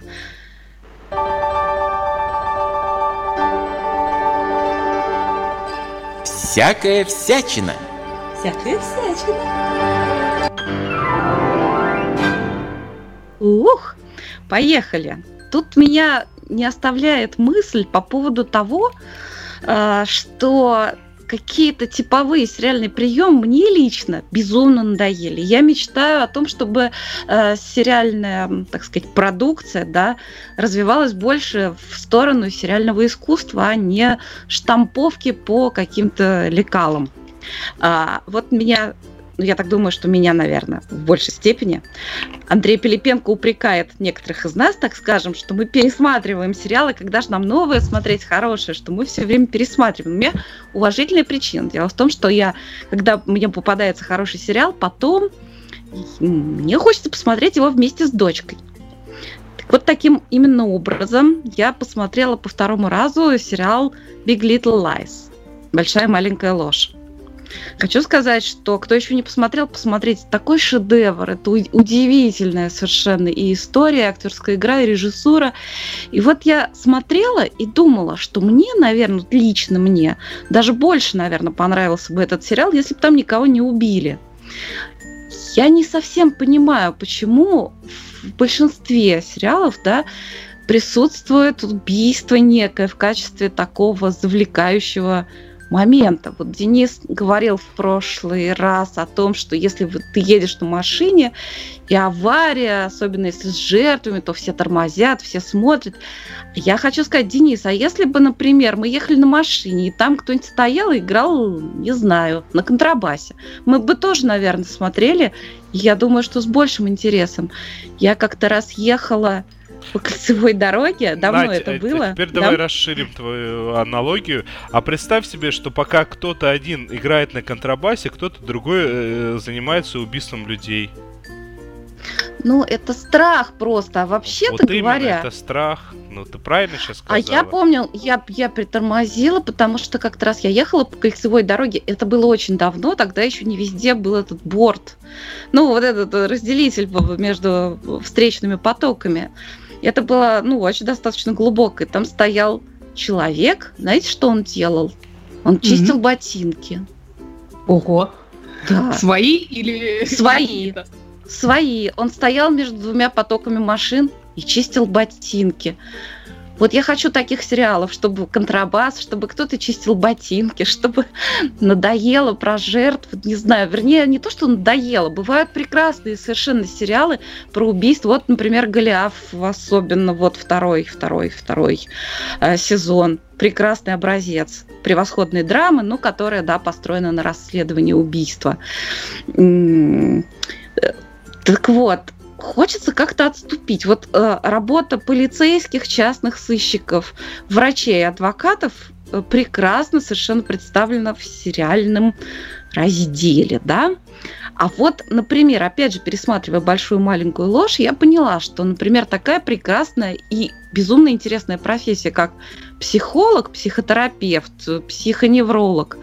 Всякая всячина. Всякая всячина. Ух, поехали. Тут меня не оставляет мысль по поводу того, что какие-то типовые сериальные приемы мне лично безумно надоели. Я мечтаю о том, чтобы э, сериальная, так сказать, продукция, да, развивалась больше в сторону сериального искусства, а не штамповки по каким-то лекалам. А, вот меня... Ну, я так думаю, что меня, наверное, в большей степени Андрей Пилипенко упрекает некоторых из нас, так скажем, что мы пересматриваем сериалы, когда же нам новое смотреть хорошее, что мы все время пересматриваем. У меня уважительная причина. Дело в том, что я, когда мне попадается хороший сериал, потом мне хочется посмотреть его вместе с дочкой. Так вот таким именно образом я посмотрела по второму разу сериал Big Little Lies. Большая маленькая ложь. Хочу сказать, что кто еще не посмотрел, посмотрите. Такой шедевр. Это удивительная совершенно и история, и актерская игра, и режиссура. И вот я смотрела и думала, что мне, наверное, лично мне, даже больше, наверное, понравился бы этот сериал, если бы там никого не убили. Я не совсем понимаю, почему в большинстве сериалов, да, присутствует убийство некое в качестве такого завлекающего момента. Вот Денис говорил в прошлый раз о том, что если ты едешь на машине и авария, особенно если с жертвами, то все тормозят, все смотрят. Я хочу сказать, Денис, а если бы, например, мы ехали на машине, и там кто-нибудь стоял и играл, не знаю, на контрабасе, мы бы тоже, наверное, смотрели. Я думаю, что с большим интересом. Я как-то раз ехала по кольцевой дороге, давно Надь, это было. Теперь да? давай расширим твою аналогию. А представь себе, что пока кто-то один играет на контрабасе, кто-то другой э, занимается убийством людей. Ну, это страх просто. А вообще-то вот именно, говоря... это страх. Ну, ты правильно сейчас сказала. А я помню, я, я притормозила, потому что как-то раз я ехала по кольцевой дороге. Это было очень давно, тогда еще не везде был этот борт. Ну, вот этот разделитель между встречными потоками. Это было, ну, очень достаточно глубоко. И там стоял человек. Знаете, что он делал? Он чистил mm-hmm. ботинки. Ого. Да. Свои или... Свои. Свои. Он стоял между двумя потоками машин и чистил ботинки. Вот я хочу таких сериалов, чтобы контрабас, чтобы кто-то чистил ботинки, чтобы надоело про жертв, не знаю, вернее, не то, что надоело, бывают прекрасные совершенно сериалы про убийство. Вот, например, «Голиаф», особенно вот второй, второй, второй э, сезон. Прекрасный образец превосходной драмы, но которая, да, построена на расследовании убийства. Так вот, хочется как-то отступить. Вот э, работа полицейских, частных сыщиков, врачей, адвокатов э, прекрасно совершенно представлена в сериальном разделе, да. А вот, например, опять же, пересматривая «Большую маленькую ложь», я поняла, что, например, такая прекрасная и безумно интересная профессия, как психолог, психотерапевт, психоневролог,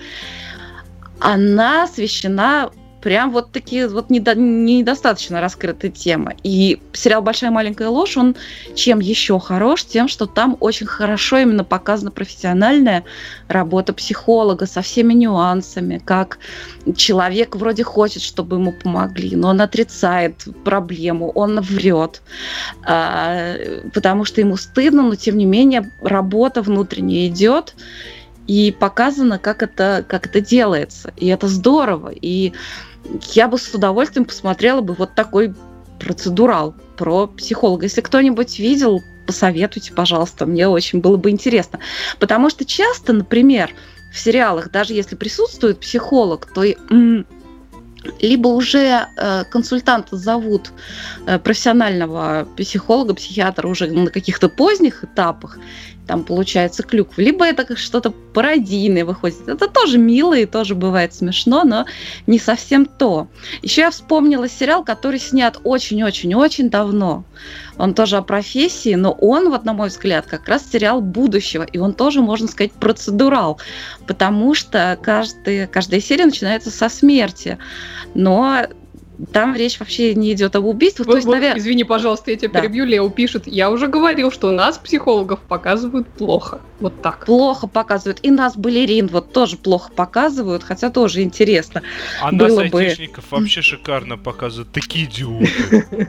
она освещена прям вот такие вот недо, недостаточно раскрытые темы. И сериал «Большая маленькая ложь», он чем еще хорош? Тем, что там очень хорошо именно показана профессиональная работа психолога со всеми нюансами, как человек вроде хочет, чтобы ему помогли, но он отрицает проблему, он врет, потому что ему стыдно, но тем не менее работа внутренняя идет, и показано, как это, как это делается. И это здорово. И я бы с удовольствием посмотрела бы вот такой процедурал про психолога. Если кто-нибудь видел, посоветуйте, пожалуйста. Мне очень было бы интересно. Потому что часто, например, в сериалах, даже если присутствует психолог, то м- либо уже э, консультанта зовут э, профессионального психолога, психиатра уже на каких-то поздних этапах, там получается клюква, либо это как что-то пародийное выходит. Это тоже мило и тоже бывает смешно, но не совсем то. Еще я вспомнила сериал, который снят очень-очень-очень давно. Он тоже о профессии, но он, вот на мой взгляд, как раз сериал будущего, и он тоже, можно сказать, процедурал, потому что каждый, каждая серия начинается со смерти, но там речь вообще не идет об убийствах. Вот, то есть, вот, навер... Извини, пожалуйста, я тебя да. перебью. Лео пишет: я уже говорил, что нас, психологов, показывают плохо. Вот так. Плохо показывают. И нас, балерин, вот тоже плохо показывают, хотя тоже интересно. А было нас, бы... айтишников, вообще шикарно показывают. Такие идиоты.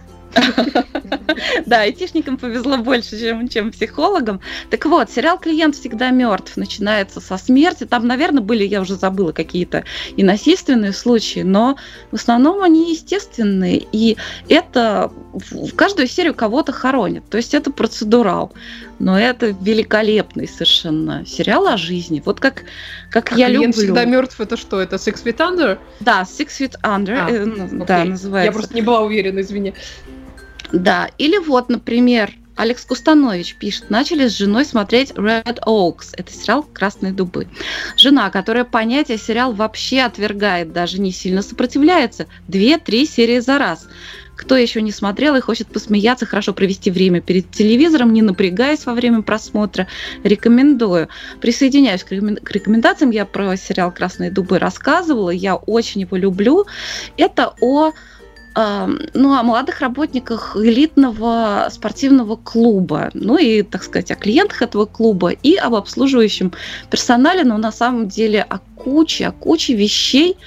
Да, айтишникам повезло больше, чем, чем психологам. Так вот, сериал «Клиент всегда мертв» начинается со смерти. Там, наверное, были, я уже забыла, какие-то и насильственные случаи, но в основном они естественные. И это в каждую серию кого-то хоронят. То есть это процедурал. Но это великолепный совершенно сериал о жизни. Вот как, как а я «Клиент люблю. всегда мертв» — это что? Это Six Feet Under? Да, Six Feet Under. А, э, да, окей. называется. Я просто не была уверена, извини. Да, или вот, например, Алекс Кустанович пишет: начали с женой смотреть Red Oaks. Это сериал «Красные дубы». Жена, которая понятие сериал вообще отвергает, даже не сильно сопротивляется. Две-три серии за раз. Кто еще не смотрел и хочет посмеяться, хорошо провести время перед телевизором, не напрягаясь во время просмотра, рекомендую. Присоединяюсь к рекомендациям. Я про сериал «Красные дубы» рассказывала. Я очень его люблю. Это о ну, о молодых работниках элитного спортивного клуба, ну и, так сказать, о клиентах этого клуба и об обслуживающем персонале, но на самом деле о куче, о куче вещей,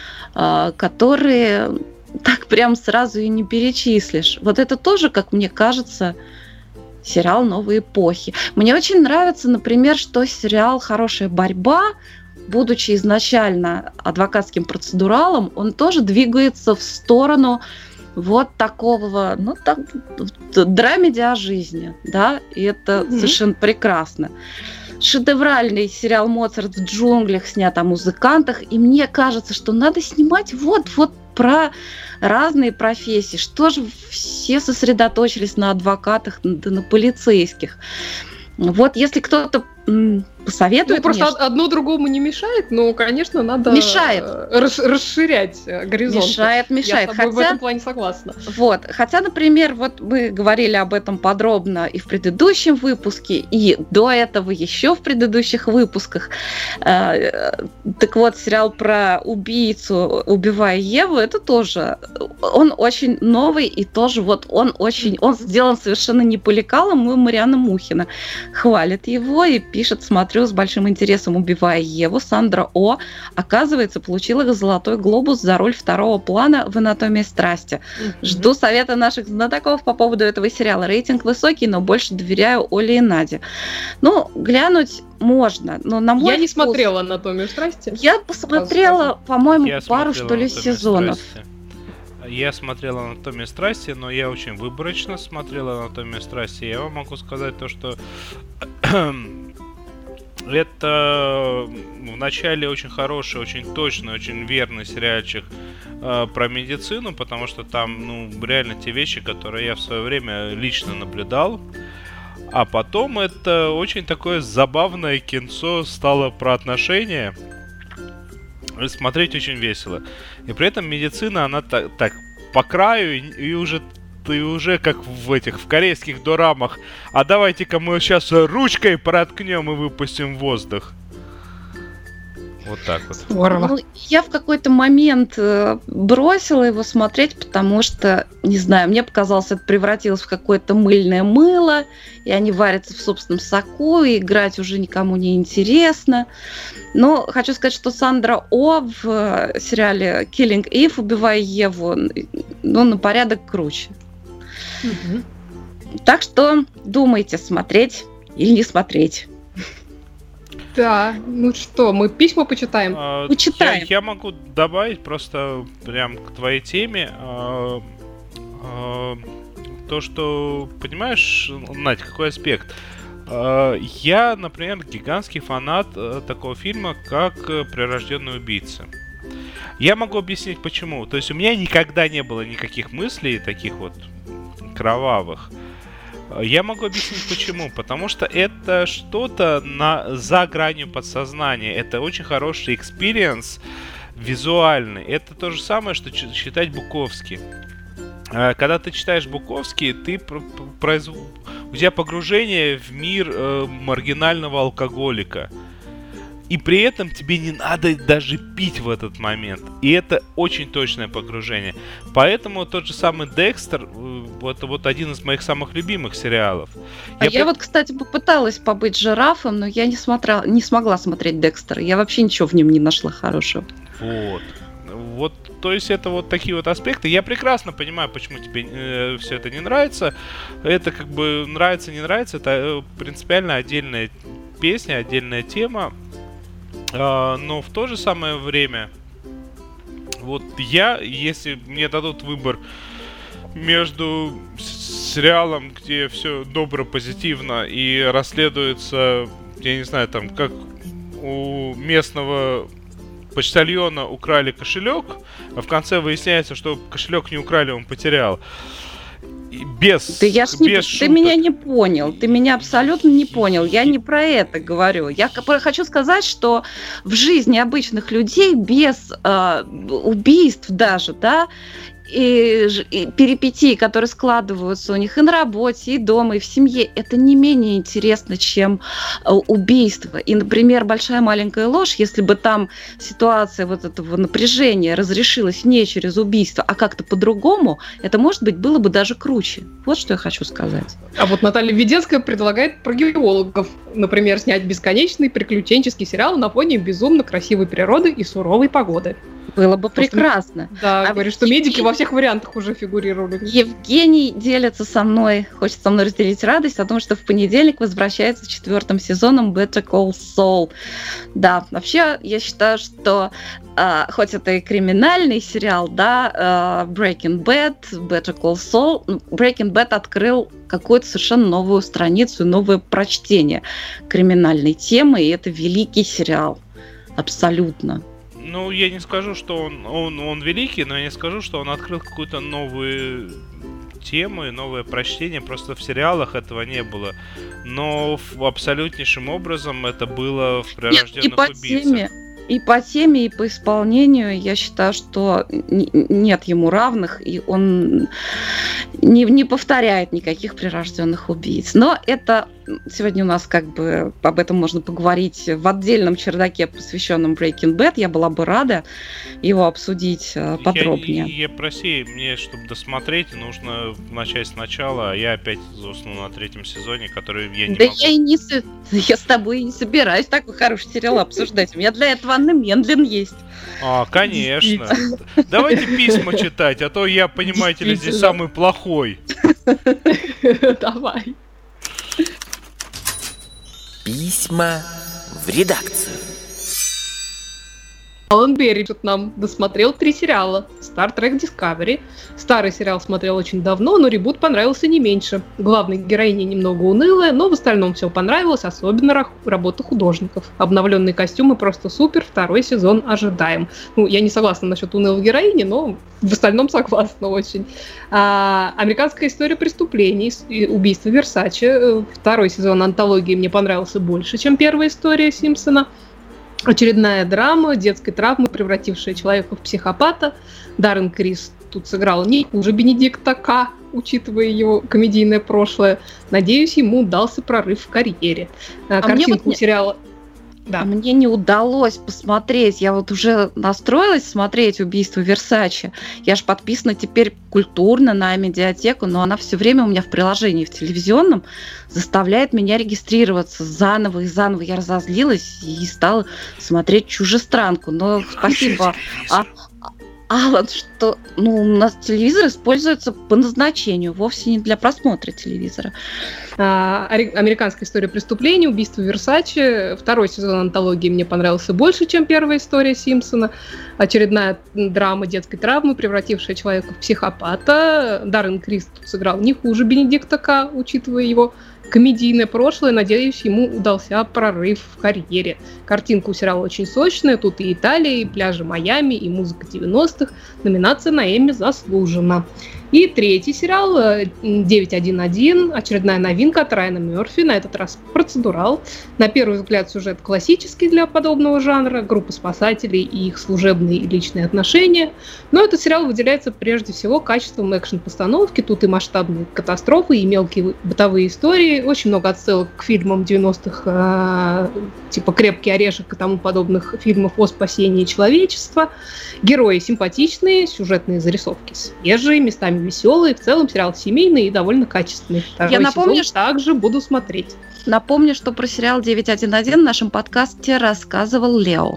которые так прям сразу и не перечислишь. Вот это тоже, как мне кажется, сериал новой эпохи. Мне очень нравится, например, что сериал «Хорошая борьба», будучи изначально адвокатским процедуралом, он тоже двигается в сторону вот такого, ну, так, драмеди о жизни, да, и это mm-hmm. совершенно прекрасно. Шедевральный сериал «Моцарт в джунглях» снят о музыкантах, и мне кажется, что надо снимать вот-вот про разные профессии, что же все сосредоточились на адвокатах, да на полицейских. Вот если кто-то м, посоветует... Ну, просто мне, одно другому не мешает, но, конечно, надо мешает. Рас- расширять горизонт. Мешает, мешает. Я с тобой хотя, в этом плане согласна. Вот. Хотя, например, вот мы говорили об этом подробно и в предыдущем выпуске, и до этого еще в предыдущих выпусках. Э, так вот, сериал про убийцу, убивая Еву, это тоже... Он очень новый, и тоже вот он очень... Он сделан совершенно не по лекалам, и Марианна Мухина хвалит его и пишет: смотри, смотрю с большим интересом «Убивая Еву». Сандра О, оказывается, получила «Золотой глобус» за роль второго плана в «Анатомии страсти». Mm-hmm. Жду совета наших знатоков по поводу этого сериала. Рейтинг высокий, но больше доверяю Оле и Наде. Ну, глянуть можно, но на мой Я не вкус... смотрела «Анатомию страсти». Я посмотрела, по-моему, Я пару, что ли, сезонов. Страсти. Я смотрел «Анатомию страсти», но я очень выборочно смотрел «Анатомию страсти». Я вам могу сказать то, что это вначале очень хороший, очень точный, очень верный сериальчик э, про медицину, потому что там, ну, реально те вещи, которые я в свое время лично наблюдал. А потом это очень такое забавное кинцо стало про отношения. Смотреть очень весело. И при этом медицина, она так, так по краю, и, и уже ты уже как в этих, в корейских дорамах. А давайте-ка мы сейчас ручкой проткнем и выпустим в воздух. Вот так вот. Здорово. Ну, я в какой-то момент э, бросила его смотреть, потому что, не знаю, мне показалось, это превратилось в какое-то мыльное мыло, и они варятся в собственном соку, и играть уже никому не интересно. Но хочу сказать, что Сандра О в сериале Killing Eve, «Убивая Еву», ну, на порядок круче. Угу. Так что думайте, смотреть или не смотреть. Да, ну что, мы письма почитаем? А, Почитаем. Я, я могу добавить просто прям к твоей теме а, а, то, что, понимаешь, Надь, какой аспект? А, я, например, гигантский фанат а, такого фильма, как «Прирожденный убийца». Я могу объяснить почему. То есть у меня никогда не было никаких мыслей таких вот кровавых. Я могу объяснить почему. Потому что это что-то на, за гранью подсознания. Это очень хороший экспириенс визуальный. Это то же самое, что читать Буковский. Когда ты читаешь Буковский, ты произ... у тебя погружение в мир э, маргинального алкоголика. И при этом тебе не надо даже пить в этот момент. И это очень точное погружение. Поэтому тот же самый «Декстер» — это вот один из моих самых любимых сериалов. А я, я при... вот, кстати, попыталась побыть жирафом, но я не, смотрела, не смогла смотреть «Декстера». Я вообще ничего в нем не нашла хорошего. Вот. Вот, то есть это вот такие вот аспекты. Я прекрасно понимаю, почему тебе э, все это не нравится. Это как бы нравится, не нравится. Это принципиально отдельная песня, отдельная тема. Но в то же самое время, вот я, если мне дадут выбор между сериалом, где все добро, позитивно и расследуется, я не знаю, там, как у местного почтальона украли кошелек, а в конце выясняется, что кошелек не украли, он потерял. Без, ты, я ж не, без ты меня не понял, ты меня абсолютно не понял, я не про это говорю. Я хочу сказать, что в жизни обычных людей без э, убийств даже, да, и, и перипетий, которые складываются у них и на работе, и дома, и в семье, это не менее интересно, чем э, убийство. И, например, «Большая маленькая ложь», если бы там ситуация вот этого напряжения разрешилась не через убийство, а как-то по-другому, это, может быть, было бы даже круче. Вот что я хочу сказать. А вот Наталья Веденская предлагает про геологов, например, снять бесконечный приключенческий сериал на фоне безумно красивой природы и суровой погоды. Было бы прекрасно. Да, а говорит, что медики во всех вариантах уже фигурировали. Евгений делится со мной, хочет со мной разделить радость о том, что в понедельник возвращается четвертым сезоном Better Call Saul. Да, вообще я считаю, что э, хоть это и криминальный сериал, да, э, Breaking Bad, Better Call Saul, Breaking Bad открыл какую-то совершенно новую страницу, новое прочтение криминальной темы, и это великий сериал. Абсолютно. Ну, я не скажу, что он, он, он великий, но я не скажу, что он открыл какую-то новую тему и новое прочтение. Просто в сериалах этого не было. Но в абсолютнейшим образом это было в «Прирожденных и по убийцах». Теме, и по теме, и по исполнению я считаю, что нет ему равных, и он не, не повторяет никаких «Прирожденных убийц». Но это сегодня у нас как бы об этом можно поговорить в отдельном чердаке, посвященном Breaking Bad. Я была бы рада его обсудить э, подробнее. Я, я проси, мне, чтобы досмотреть, нужно начать сначала, а я опять засну на третьем сезоне, который я не да могу. Я, и не с... я с тобой и не собираюсь такой хороший сериал обсуждать. У меня для этого Анна Мендлин есть. А, конечно. Давайте письма читать, а то я, понимаете ли, здесь самый плохой. Давай. Письма в редакцию. Алан Берри тут нам досмотрел три сериала. Star Trek Discovery. Старый сериал смотрел очень давно, но ребут понравился не меньше. Главная героиня немного унылая, но в остальном все понравилось, особенно ра- работа художников. Обновленные костюмы просто супер, второй сезон ожидаем. Ну, я не согласна насчет унылой героини, но в остальном согласна очень. А, американская история преступлений, убийство Версаче. Второй сезон антологии мне понравился больше, чем первая история Симпсона. Очередная драма детской травмы, превратившая человека в психопата. Даррен Крис тут сыграл не хуже Бенедикта К, учитывая его комедийное прошлое. Надеюсь, ему удался прорыв в карьере. А Картинку вот сериала... Да. А мне не удалось посмотреть. Я вот уже настроилась смотреть «Убийство Версаче». Я же подписана теперь культурно на медиатеку, но она все время у меня в приложении в телевизионном заставляет меня регистрироваться заново и заново. Я разозлилась и стала смотреть «Чужестранку». Но спасибо, а, Алан, что ну, у нас телевизор используется по назначению, вовсе не для просмотра телевизора. А, американская история преступлений, убийство Версаче. Второй сезон антологии мне понравился больше, чем первая история Симпсона. Очередная драма детской травмы, превратившая человека в психопата. Даррен Крис тут сыграл не хуже Бенедикта К, учитывая его комедийное прошлое. Надеюсь, ему удался прорыв в карьере. Картинка у сериала очень сочная. Тут и Италия, и пляжи Майами, и музыка девяностых. Номинация на Эмми заслужена. И третий сериал девять один один. Очередная новинка от Райана Мерфи. На этот раз процедурал. На первый взгляд сюжет классический для подобного жанра. Группа спасателей и их служебные и личные отношения. Но этот сериал выделяется прежде всего качеством экшн-постановки. Тут и масштабные катастрофы, и мелкие бытовые истории. Очень много отсылок к фильмам девяностых, э, типа «Крепкий орешек» и тому подобных фильмов о спасении человечества. Герои симпатичные, сюжетные зарисовки свежие, местами веселые. В целом сериал семейный и довольно качественный. Второй Я напомню, сезон также буду смотреть. Напомню, что про сериал девять один один в нашем подкасте рассказывал Лео.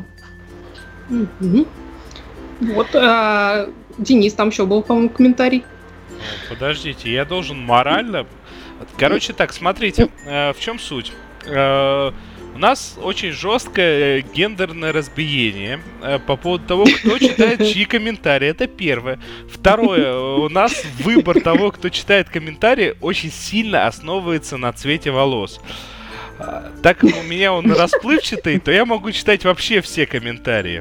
Mm-hmm. Вот, а, Денис, там еще был, по-моему, комментарий. Подождите, я должен морально... Короче так, смотрите, э, в чем суть? Э, у нас очень жесткое гендерное разбиение э, по поводу того, кто читает чьи комментарии. Это первое. Второе, у нас выбор того, кто читает комментарии, очень сильно основывается на цвете волос. Э, так как у меня он расплывчатый, то я могу читать вообще все комментарии.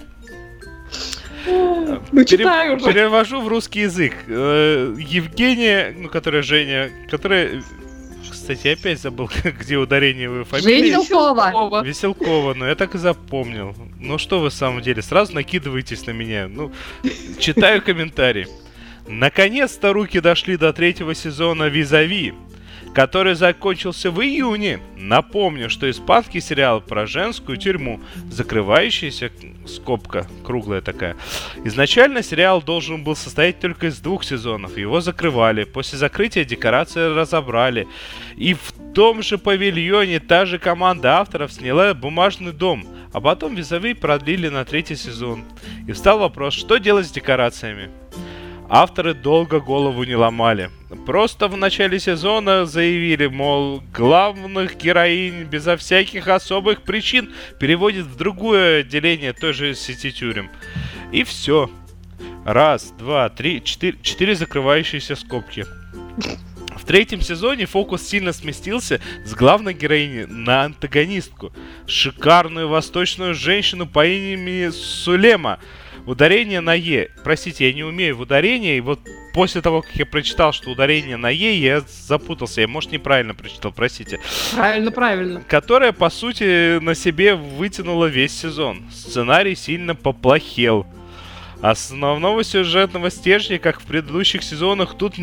Ну, Пере- читаю уже. Перевожу в русский язык. Э, Евгения, ну, которая Женя, которая... Кстати, я опять забыл, где ударение в фамилии. Женя Веселкова. Веселкова, ну я так и запомнил. Ну что вы в самом деле, сразу накидываетесь на меня. Ну, читаю комментарии. Наконец-то руки дошли до третьего сезона «Визави», который закончился в июне. Напомню, что испанский сериал про женскую тюрьму, закрывающаяся скобка, круглая такая. Изначально сериал должен был состоять только из двух сезонов. Его закрывали. После закрытия декорации разобрали. И в том же павильоне та же команда авторов сняла «Бумажный дом». А потом «Визави» продлили на третий сезон. И встал вопрос, что делать с декорациями. Авторы долго голову не ломали. Просто в начале сезона заявили, мол, главных героинь безо всяких особых причин переводят в другое отделение той же сети тюрем. И все. Раз, два, три, четыре, четыре закрывающиеся скобки. В третьем сезоне фокус сильно сместился с главной героини на антагонистку. Шикарную восточную женщину по имени Сулема. Ударение на «е». Простите, я не умею в ударении. И вот после того, как я прочитал, что ударение на «е», я запутался. Я, может, неправильно прочитал, простите. Правильно, правильно. Которая, по сути, на себе вытянула весь сезон. Сценарий сильно поплохел. Основного сюжетного стержня, как в предыдущих сезонах, тут не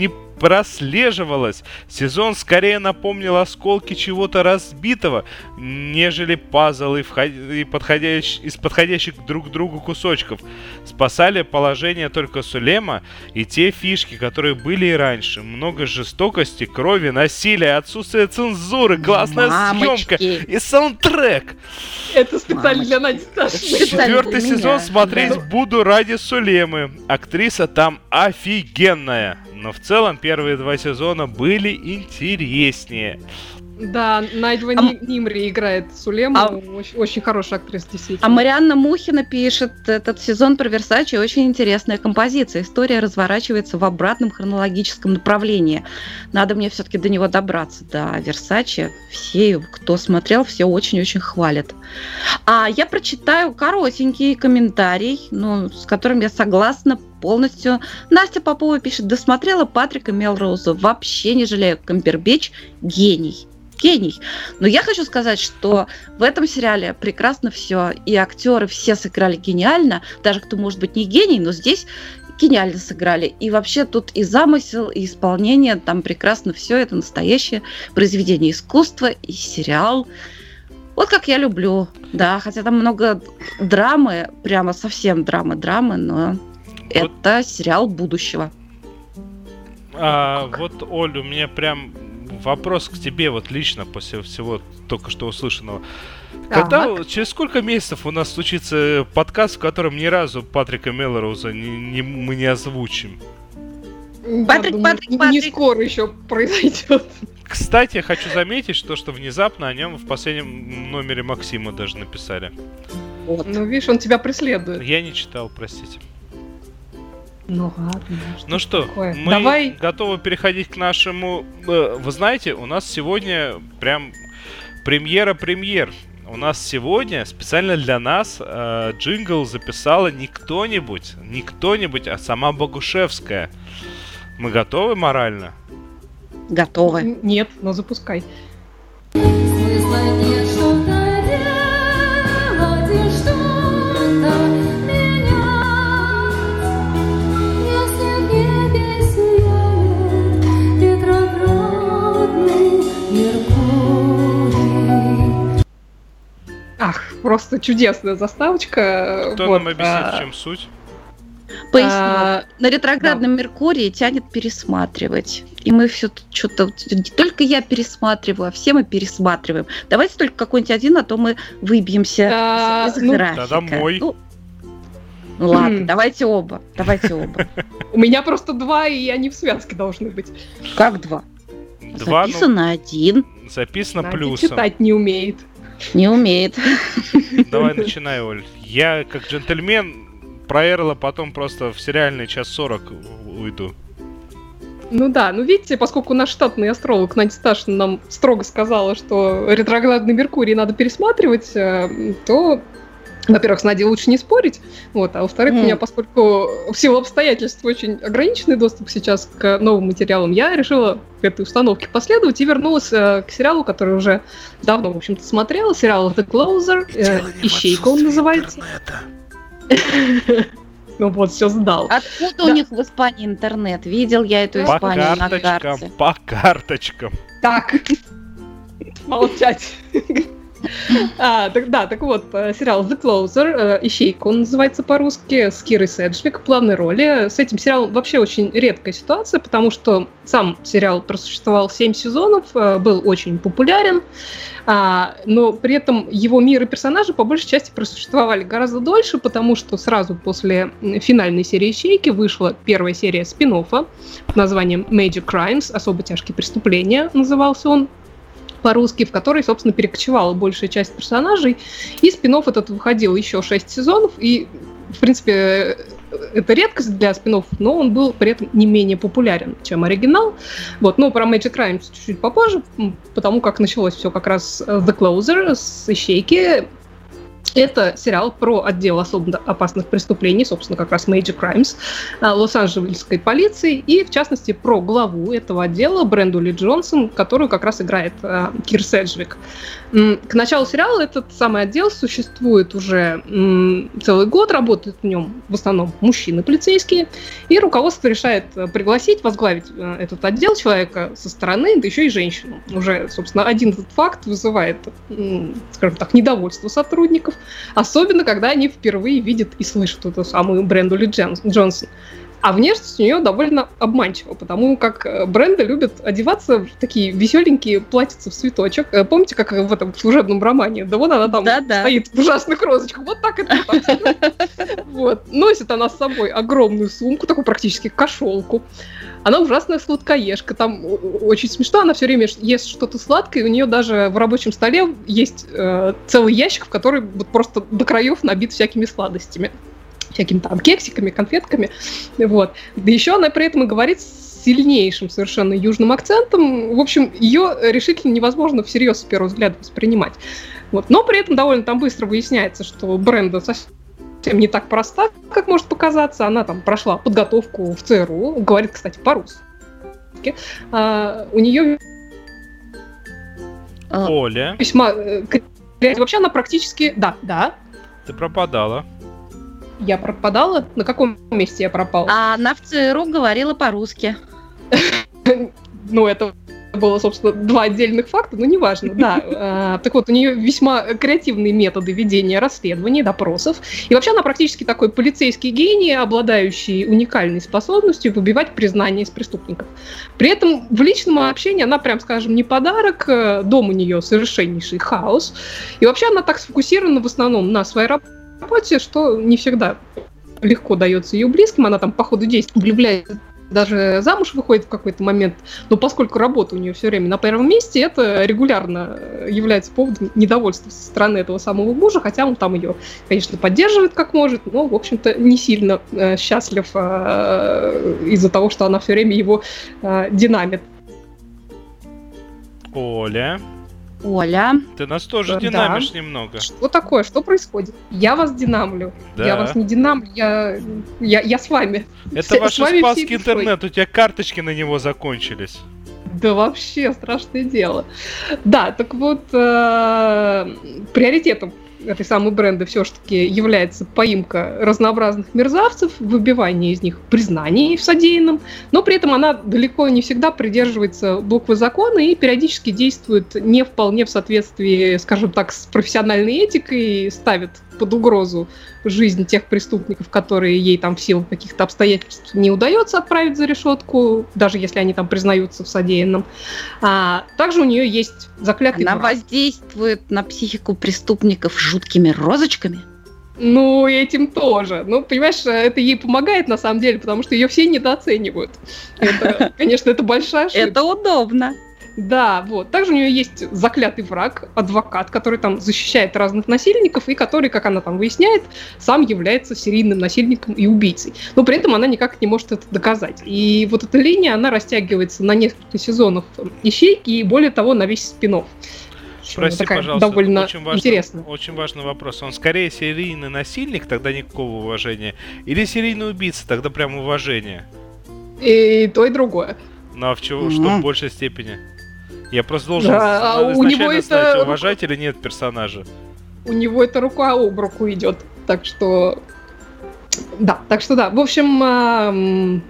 прослеживалось. Сезон скорее напомнил осколки чего-то разбитого, нежели пазл и подходящ... из подходящих друг к другу кусочков. Спасали положение только Сулема и те фишки, которые были и раньше. Много жестокости, крови, насилия, отсутствие цензуры, классная Мамочки. съемка и саундтрек. Это специально Мамочки. для Нади Сташиной. Четвертый для сезон меня. смотреть Да. буду ради Сулемы. Актриса там офигенная. Но в целом первые два сезона были интереснее. Да, Найджва А м- Нимри играет Сулему. А- Очень, очень хорошая актриса, действительно. А Марианна Мухина пишет, этот сезон про Версаче очень интересная композиция. История разворачивается в обратном хронологическом направлении. Надо мне все-таки до него добраться, до Версаче. Все, кто смотрел, все очень-очень хвалят. А я прочитаю коротенький комментарий, ну, с которым я согласна полностью. Настя Попова пишет, досмотрела Патрика Мелроуза. Вообще не жалею. Камбербэтч гений. Гений. Но я хочу сказать, что в этом сериале прекрасно все, и актеры все сыграли гениально, даже кто, может быть, не гений, но здесь гениально сыграли. И вообще тут и замысел, и исполнение, там прекрасно все, это настоящее произведение искусства, и сериал. Вот как я люблю, да, хотя там много драмы, прямо совсем драмы-драмы, но Вот. это сериал будущего. А, вот, Оль, у меня прям вопрос к тебе, вот лично, после всего только что услышанного. Когда, Так. через сколько месяцев у нас случится подкаст, в котором ни разу Патрика Мелроуза не, не- мы не озвучим? Да, Патрик, думаю, Патрик, не- Патрик. Не скоро еще произойдет. Кстати, я хочу заметить, что, что внезапно о нем в последнем номере Максима даже написали. Вот. Ну, видишь, он тебя преследует. Я не читал, простите. Ну ладно. Ну что, такое? мы Давай. готовы переходить к нашему... э, Вы знаете, у нас сегодня прям премьера-премьер. У нас сегодня специально для нас э, джингл записала не кто-нибудь, не кто-нибудь, а сама Богушевская. Мы готовы морально? Готовы. Н- Нет, но запускай. Смысла нет что-то делать и что-то менять. Если в небе сияет ретроградный Меркурий. Ах, просто чудесная заставочка. Кто Вот, нам объяснит, а, в чем суть? Поясню. а, На ретроградном Меркурии тянет пересматривать. И мы все что-то... Не только я пересматриваю, а все мы пересматриваем. Давайте только какой-нибудь один, а то мы выбьемся А, из, из ну, графика. тогда мой. Ну, ну ладно, давайте оба. Давайте оба. У меня просто два, и они в связке должны быть. Как два? Два, ну, Записано один. записано Надя плюсом. читать не умеет. Не умеет. Давай начинай, Оль. Я, как джентльмен, про Эрла потом просто в сериальный час сорок уйду. Ну да, ну видите, поскольку наш штатный астролог Надя Сташина нам строго сказала, что ретроградный Меркурий надо пересматривать, э, то, во-первых, с Надей лучше не спорить, вот, а во-вторых, Мгм. у меня, поскольку в силу обстоятельств очень ограниченный доступ сейчас к новым материалам, я решила к этой установке последовать и вернулась э, к сериалу, который уже давно, в общем-то, смотрела, сериал The Closer, э, «Ищейка» он называется. Ну вот, все сдал. Откуда Да. у них в Испании интернет? Видел я эту По Испанию на карточкам, карте. по карточкам. Так, молчать. А, так, да, так вот, э, сериал The Closer, э, «Ищейка» он называется по-русски, с Кирой Седжвик в главной роли. С этим сериалом вообще очень редкая ситуация, потому что сам сериал просуществовал семь сезонов, э, был очень популярен, а, но при этом его мир и персонажи по большей части просуществовали гораздо дольше, потому что сразу после м, финальной серии «Ищейки» вышла первая серия спин-оффа под названием Major Crimes, особо тяжкие преступления назывался он по-русски, в которой, собственно, перекочевала большая часть персонажей. И спин-офф этот выходил еще шесть сезонов, и, в принципе, это редкость для спин-оффов, но он был при этом не менее популярен, чем оригинал. Вот. Но про Magic Crimes чуть-чуть попозже, м, потому как началось все как раз с The Closer, с «Ищейки». Это сериал про отдел особо опасных преступлений, собственно, как раз Major Crimes лос-анджелесской полиции, и, в частности, про главу этого отдела Бренду Ли Джонсон, которую как раз играет э, Кир Седжвик. К началу сериала этот самый отдел существует уже м, целый год, работают в нем в основном мужчины полицейские, и руководство решает пригласить, возглавить э, этот отдел человека со стороны, да еще и женщину. Уже, собственно, один этот факт вызывает, м, скажем так, недовольство сотрудников, особенно когда они впервые видят и слышат эту самую Бренду Ли Джонсон. А внешность у нее довольно обманчива, потому как Бренда любит одеваться в такие веселенькие платьица в цветочек. Помните, как в этом служебном романе? Да вот она там Да-да. стоит в ужасных розочках. Вот так это вот так. Вот. Носит она с собой огромную сумку, такую практически кошелку. Она ужасная сладкоежка. Там очень смешно, она все время ест что-то сладкое. И у нее даже в рабочем столе есть э, целый ящик, в который вот просто до краев набит всякими сладостями. Всякими там кексиками, конфетками. Вот. Да еще она при этом и говорит с сильнейшим совершенно южным акцентом. В общем, ее решительно невозможно всерьез с первого взгляда воспринимать. Вот. Но при этом довольно там быстро выясняется, что Бренда совсем не так проста, как может показаться. Она там прошла подготовку в ЦРУ, говорит, кстати, по-русски. А, у нее Оля, весьма... э, Вообще она практически... Да, да. ты пропадала. Я пропадала? На каком месте я пропала? А она в ЦРУ говорила по-русски. Ну, это было, собственно, два отдельных факта, но неважно, да. Так вот, у нее весьма креативные методы ведения расследований, допросов. И вообще она практически такой полицейский гений, обладающий уникальной способностью выбивать признания из преступников. При этом в личном общении она, прям скажем, не подарок. Дом у нее совершеннейший хаос. И вообще она так сфокусирована в основном на своей работе, работе, что не всегда легко дается ее близким. Она там по ходу действия влюбляется, даже замуж выходит в какой-то момент. Но поскольку работа у нее все время на первом месте, это регулярно является поводом недовольства со стороны этого самого мужа, хотя он там ее, конечно, поддерживает как может, но, в общем-то, не сильно э, счастлив э, из-за того, что она все время его э, динамит. Оля, Оля. ты нас тоже Да. динамишь немного. Что такое? Что происходит? Я вас динамлю. Да. Я вас не динамлю, я, я, я с вами. Это С- ваш с вами испанский всей душой. интернет, у тебя карточки на него закончились. Да вообще страшное дело. Да, так вот, э, приоритетом этой самой Бренды все-таки является поимка разнообразных мерзавцев, выбивание из них признаний в содеянном, но при этом она далеко не всегда придерживается буквы закона и периодически действует не вполне в соответствии, скажем так, с профессиональной этикой, ставит под угрозу жизнь тех преступников, которые ей там в силу каких-то обстоятельств не удается отправить за решетку, даже если они там признаются в содеянном. А также у нее есть заклятый Она враг. воздействует на психику преступников жуткими розочками. Ну, этим тоже. Ну, понимаешь, это ей помогает на самом деле, потому что ее все недооценивают. Это, конечно, это большая ошибка. Это удобно. Да, вот. Также у нее есть заклятый враг, адвокат, который там защищает разных насильников и который, как она там выясняет, сам является серийным насильником и убийцей. Но при этом она никак не может это доказать. И вот эта линия, она растягивается на несколько сезонов «Ищейки» и, более того, на весь спин-офф. Прости, Такая пожалуйста, довольно очень важный, интересно. очень важный вопрос. Он скорее серийный насильник, тогда никакого уважения, или серийный убийца, тогда прям уважение? И то, и другое. Ну а в чего, Мгм. что в большей степени? Я просто должен Да, надо у изначально него это знать, рука- уважать или нет персонажа. У него это рука об руку идет. Так что... Да, так что да. В общем, эм,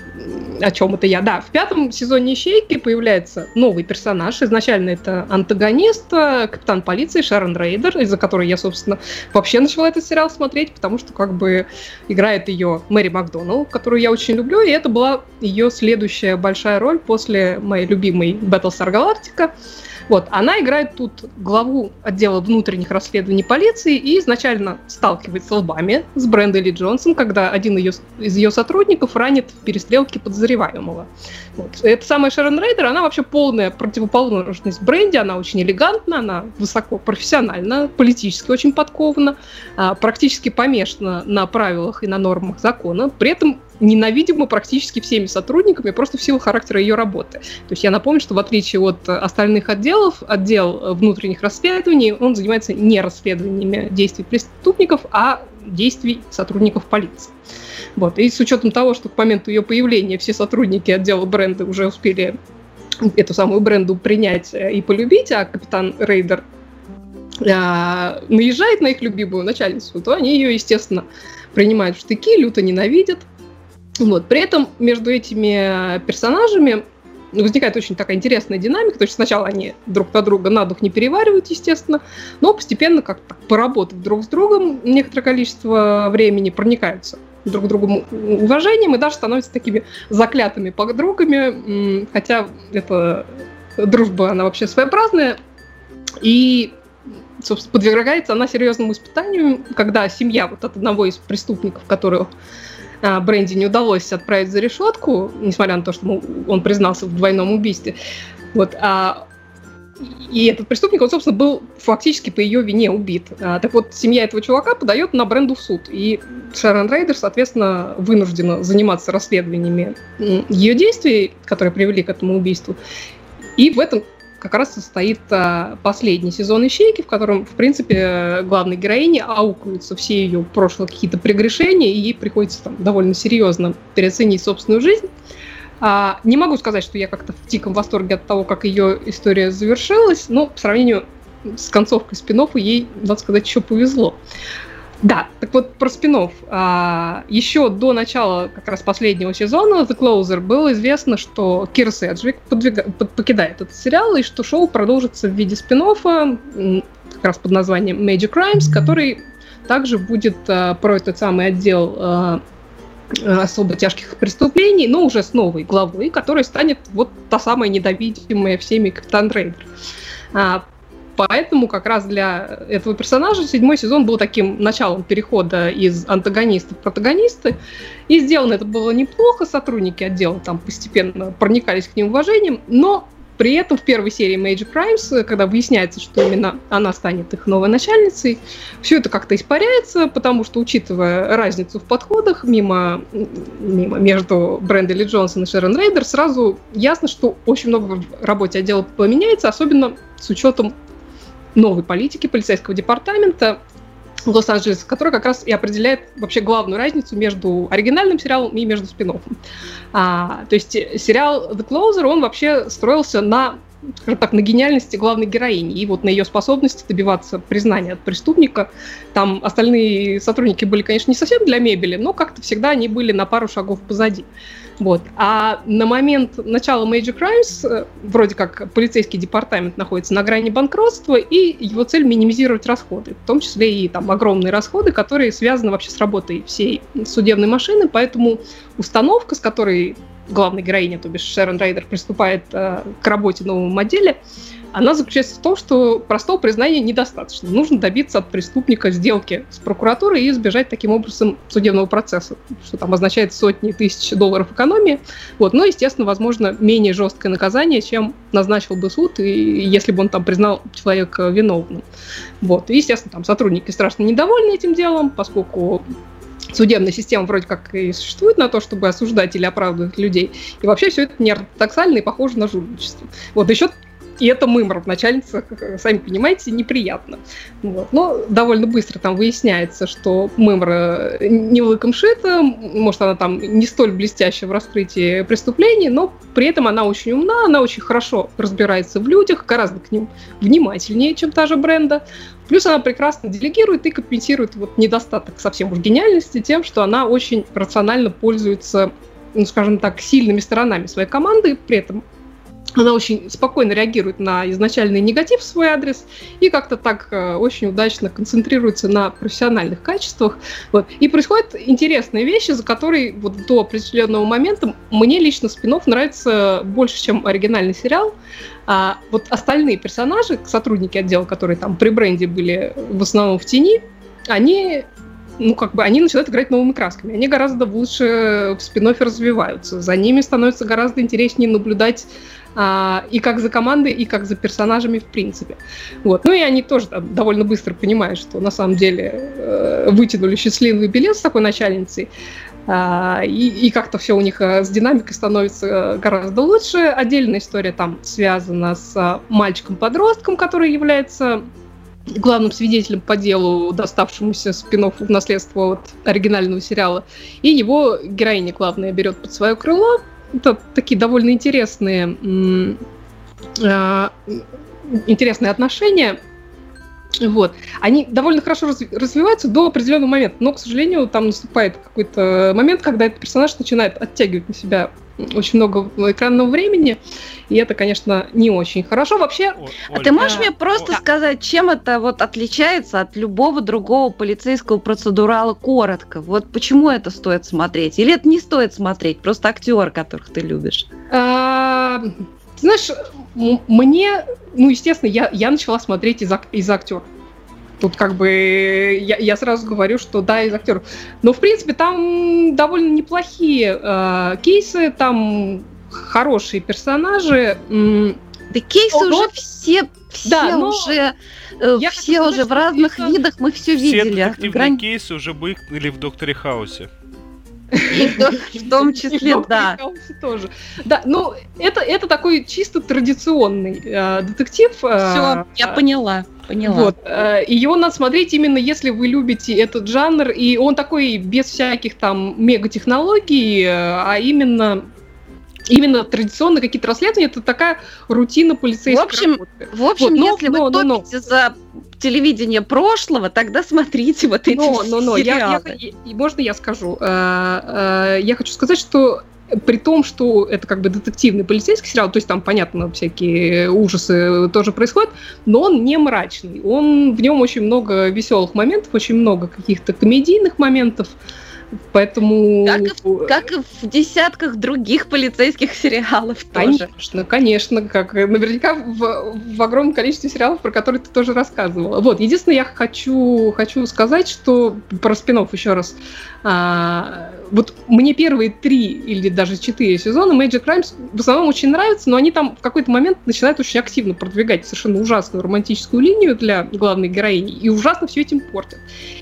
о чем это я? Да, в пятом сезоне «Ищейки» появляется новый персонаж. Изначально это антагонист, э, капитан полиции Шерон Рейдер, из-за которой я, собственно, вообще начала этот сериал смотреть, потому что как бы играет ее Мэри Макдоналл, которую я очень люблю, и это была ее следующая большая роль после моей любимой Battlestar Galactica. Вот, она играет тут главу отдела внутренних расследований полиции и изначально сталкивается лбами с Брендой Ли Джонсон, когда один ее, из ее сотрудников ранит в перестрелке подозреваемого. Вот. Эта самая Шерон Рейдер, она вообще полная противоположность Бренди, она очень элегантна, она высоко профессиональна, политически очень подкована, а, практически помешана на правилах и на нормах закона, при этом ненавидима практически всеми сотрудниками, просто в силу характера ее работы. То есть я напомню, что в отличие от остальных отделов, отдел внутренних расследований, он занимается не расследованиями действий преступников, а действий сотрудников полиции. Вот. И с учетом того, что к моменту ее появления все сотрудники отдела Бренды уже успели эту самую Бренду принять и полюбить, а капитан Рейдер а, наезжает на их любимую начальницу, то они ее, естественно, принимают в штыки, люто ненавидят. Вот. При этом между этими персонажами возникает очень такая интересная динамика. То есть сначала они друг на друга на дух не переваривают, естественно, но постепенно, как-то поработав друг с другом некоторое количество времени, проникаются друг к другу уважением и даже становятся такими заклятыми подругами. Хотя эта дружба, она вообще своеобразная. И, собственно, подвергается она серьезному испытанию, когда семья вот от одного из преступников, которого Бренди не удалось отправить за решетку, несмотря на то, что он признался в двойном убийстве. Вот, а, и этот преступник, он, собственно, был фактически по ее вине убит. А, так вот, семья этого чувака подает на Бренду в суд. И Шерон Рейдер, соответственно, вынуждена заниматься расследованиями ее действий, которые привели к этому убийству. И в этом как раз состоит а, последний сезон «Ищейки», в котором, в принципе, главной героине аукаются все ее прошлые какие-то прегрешения, и ей приходится там довольно серьезно переоценить собственную жизнь. А, не могу сказать, что я как-то в диком восторге от того, как ее история завершилась, но по сравнению с концовкой спин-оффа ей, надо сказать, еще повезло. Да, так вот про спин-офф. А, еще до начала как раз последнего сезона The Closer было известно, что Кира Седжвик подвига... под... покидает этот сериал, и что шоу продолжится в виде спин-оффа, как раз под названием Major Crimes, который также будет а, про этот самый отдел а, особо тяжких преступлений, но уже с новой главой, которой станет вот та самая недовидимая всеми капитан Рейдер. А, Поэтому как раз для этого персонажа седьмой сезон был таким началом перехода из антагониста в протагонисты. И сделано это было неплохо, сотрудники отдела там постепенно проникались к ним уважением, но при этом в первой серии Major Crimes, когда выясняется, что именно она станет их новой начальницей, все это как-то испаряется, потому что, учитывая разницу в подходах мимо, мимо между Брендой Ли Джонсон и Шерон Рейдер, сразу ясно, что очень много в работе отдела поменяется, особенно с учетом новой политики полицейского департамента Лос-Анджелеса, которая как раз и определяет вообще главную разницу между оригинальным сериалом и между спин-оффом. А, то есть сериал The Closer, он вообще строился на, скажем так, на гениальности главной героини и вот на ее способности добиваться признания от преступника. Там остальные сотрудники были, конечно, не совсем для мебели, но как-то всегда они были на пару шагов позади. Вот. А на момент начала Major Crimes вроде как полицейский департамент находится на грани банкротства, и его цель минимизировать расходы, в том числе и там огромные расходы, которые связаны вообще с работой всей судебной машины, поэтому установка, с которой главная героиня, то бишь Шерон Рейдер, приступает э, к работе в новом отделе, она заключается в том, что простого признания недостаточно. Нужно добиться от преступника сделки с прокуратурой и избежать таким образом судебного процесса, что там означает сотни тысяч долларов экономии. Вот. Но, естественно, возможно, менее жесткое наказание, чем назначил бы суд, и если бы он там признал человека виновным. Вот. И, естественно, там сотрудники страшно недовольны этим делом, поскольку судебная система вроде как и существует на то, чтобы осуждать или оправдывать людей. И вообще все это неортодоксально и похоже на жульничество. Вот еще и это мымра, начальница, как сами понимаете, неприятно. Вот. Но довольно быстро там выясняется, что мымра не лыком шита, может, она там не столь блестящая в раскрытии преступлений, но при этом она очень умна, она очень хорошо разбирается в людях, гораздо к ним внимательнее, чем та же Бренда. Плюс она прекрасно делегирует и компенсирует вот недостаток совсем уж гениальности тем, что она очень рационально пользуется, ну, скажем так, сильными сторонами своей команды, при этом она очень спокойно реагирует на изначальный негатив в свой адрес и как-то так э, очень удачно концентрируется на профессиональных качествах. Вот. И происходят интересные вещи, за которые вот до определенного момента мне лично спин-офф нравится больше, чем оригинальный сериал. А вот остальные персонажи, сотрудники отдела, которые там при Бренде были в основном в тени, они... ну, как бы, они начинают играть новыми красками. Они гораздо лучше в спин-оффе развиваются. За ними становится гораздо интереснее наблюдать а, и как за командой, и как за персонажами в принципе. Вот. Ну и они тоже там, довольно быстро понимают, что на самом деле э, вытянули счастливый билет с такой начальницей. А, и, и как-то все у них а, с динамикой становится а, гораздо лучше. Отдельная история там связана с а, мальчиком-подростком, который является главным свидетелем по делу, доставшемуся спин-оффу в наследство от оригинального сериала. И его героиня главная берет под свое крыло. Это такие довольно интересные, м- а, интересные отношения. Вот. Они довольно хорошо разви- развиваются до определенного момента, но, к сожалению, там наступает какой-то момент, когда этот персонаж начинает оттягивать на себя очень много экранного времени, и это, конечно, не очень хорошо. Вообще... О- А Оль, ты можешь Да. мне просто Да. сказать, чем это вот отличается от любого другого полицейского процедурала коротко? Вот почему это стоит смотреть? Или это не стоит смотреть? Просто актеры, которых ты любишь. А, ты знаешь, м- мне, ну, естественно, я, я начала смотреть из, ак- из актеров. Тут как бы я, я сразу говорю, что да, из актеров. Но, в принципе, там довольно неплохие э, кейсы, там хорошие персонажи. М, Да кейсы Ну, уже вот. все, все Да, но уже, э, я все хочу уже сказать, в разных что это- видах мы все все видели. а детективные грань- кейсы уже были в Докторе Хаусе. И в, том- в том числе, И в да. «Докторе Хаусе» тоже. Да, ну, это, это такой чисто традиционный э, детектив. э, Все, я э, поняла, поняла. Вот. э, И его надо смотреть именно если вы любите этот жанр. И он такой без всяких там мегатехнологий, э, а именно, именно традиционно какие-то расследования. Это такая рутина полицейской В общем, работы. В общем, Вот, но- если вы но- но- но. топите за телевидение прошлого, тогда смотрите вот эти Но, но, но, я, я, сериалы. и- и можно я скажу? Э, э, Я хочу сказать, что при том, что это как бы детективный полицейский сериал, то есть там, понятно, всякие ужасы тоже происходят, но он не мрачный. Он, в нем очень много веселых моментов, очень много каких-то комедийных моментов, поэтому... Как и в, как и в десятках других полицейских сериалов тоже. Конечно, конечно, как наверняка в, в огромном количестве сериалов, про которые ты тоже рассказывала. Вот, единственное, я хочу, хочу сказать, что про спин-офф еще раз. А, вот мне первые три или даже четыре сезона Magic Crimes в основном очень нравятся, но они там в какой-то момент начинают очень активно продвигать совершенно ужасную романтическую линию для главной героини и ужасно все этим портят.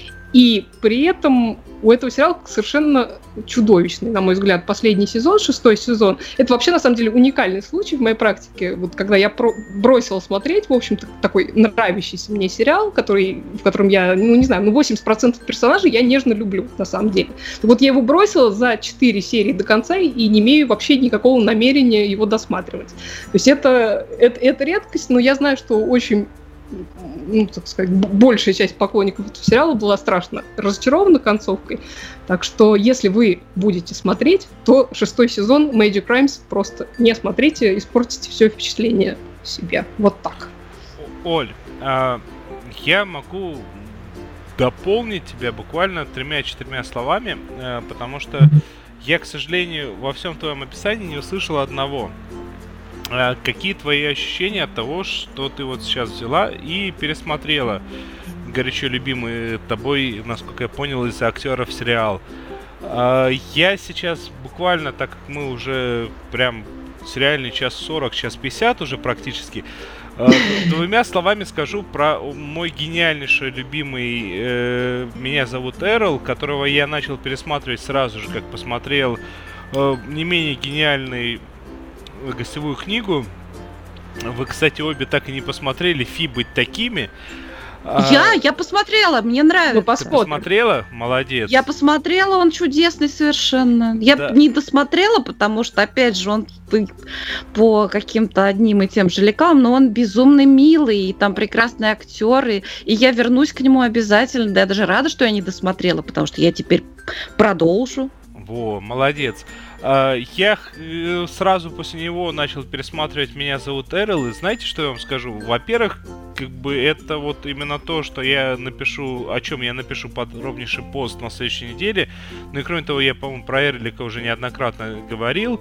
И при этом у этого сериала совершенно чудовищный, на мой взгляд, последний сезон, шестой сезон. Это вообще, на самом деле, уникальный случай в моей практике. Вот когда я про- бросила смотреть, в общем-то, такой нравящийся мне сериал, который, в котором я, ну, не знаю, ну, восемьдесят процентов персонажей я нежно люблю, на самом деле. Вот я его бросила за четыре серии до конца и не имею вообще никакого намерения его досматривать. То есть это, это, это редкость, но я знаю, что очень... ну, так сказать, большая часть поклонников этого сериала была страшно разочарована концовкой. Так что, если вы будете смотреть, то шестой сезон Magic Crimes просто не смотрите, испортите все впечатление себе. Вот так. Оль, а, я могу дополнить тебя буквально тремя-четырьмя словами, э, потому что я, к сожалению, во всем твоем описании не услышал одного. А, какие твои ощущения от того, что ты вот сейчас взяла и пересмотрела горячо любимый тобой, насколько я понял, из-за актеров сериал? А, я сейчас буквально, так как мы уже прям сериальный час сорок, час пятьдесят уже практически, э, двумя словами скажу про мой гениальнейший любимый э, «Меня зовут Эрл», которого я начал пересматривать сразу же, как посмотрел э, не менее гениальный гостевую книгу. Вы, кстати, обе так и не посмотрели «Фи быть такими». Я, я посмотрела, мне Ну, нравится. Ты посмотрим. посмотрела? Молодец. Я посмотрела, он чудесный совершенно. Я Да. не досмотрела, потому что, опять же, он по, по каким-то одним и тем же лекалам, но он безумно милый, и там прекрасные актеры, и я вернусь к нему обязательно. Да, я даже рада, что я не досмотрела, потому что я теперь продолжу. Во, молодец. А, Я э, сразу после него начал пересматривать «Меня зовут Эрл», и знаете, что я вам скажу? Во-первых, как бы это вот именно то, что я напишу, о чем я напишу подробнейший пост на следующей неделе. Ну и кроме того, я, по-моему, про Эрлика уже неоднократно говорил.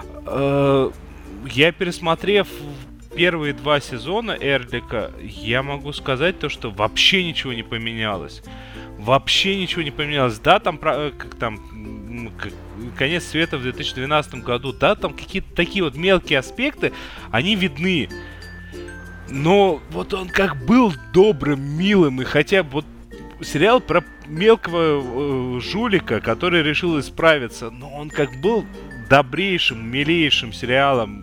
Э, Я, пересмотрев первые два сезона Эрлика, я могу сказать то, что вообще ничего не поменялось. Вообще ничего не поменялось. Да, там, про- как там, м, к- конец света в две тысячи двенадцатом году, да, там какие-то такие вот мелкие аспекты, они видны. Но вот он как был добрым, милым, и хотя бы вот сериал про мелкого э, жулика, который решил исправиться, но он как был добрейшим, милейшим сериалом,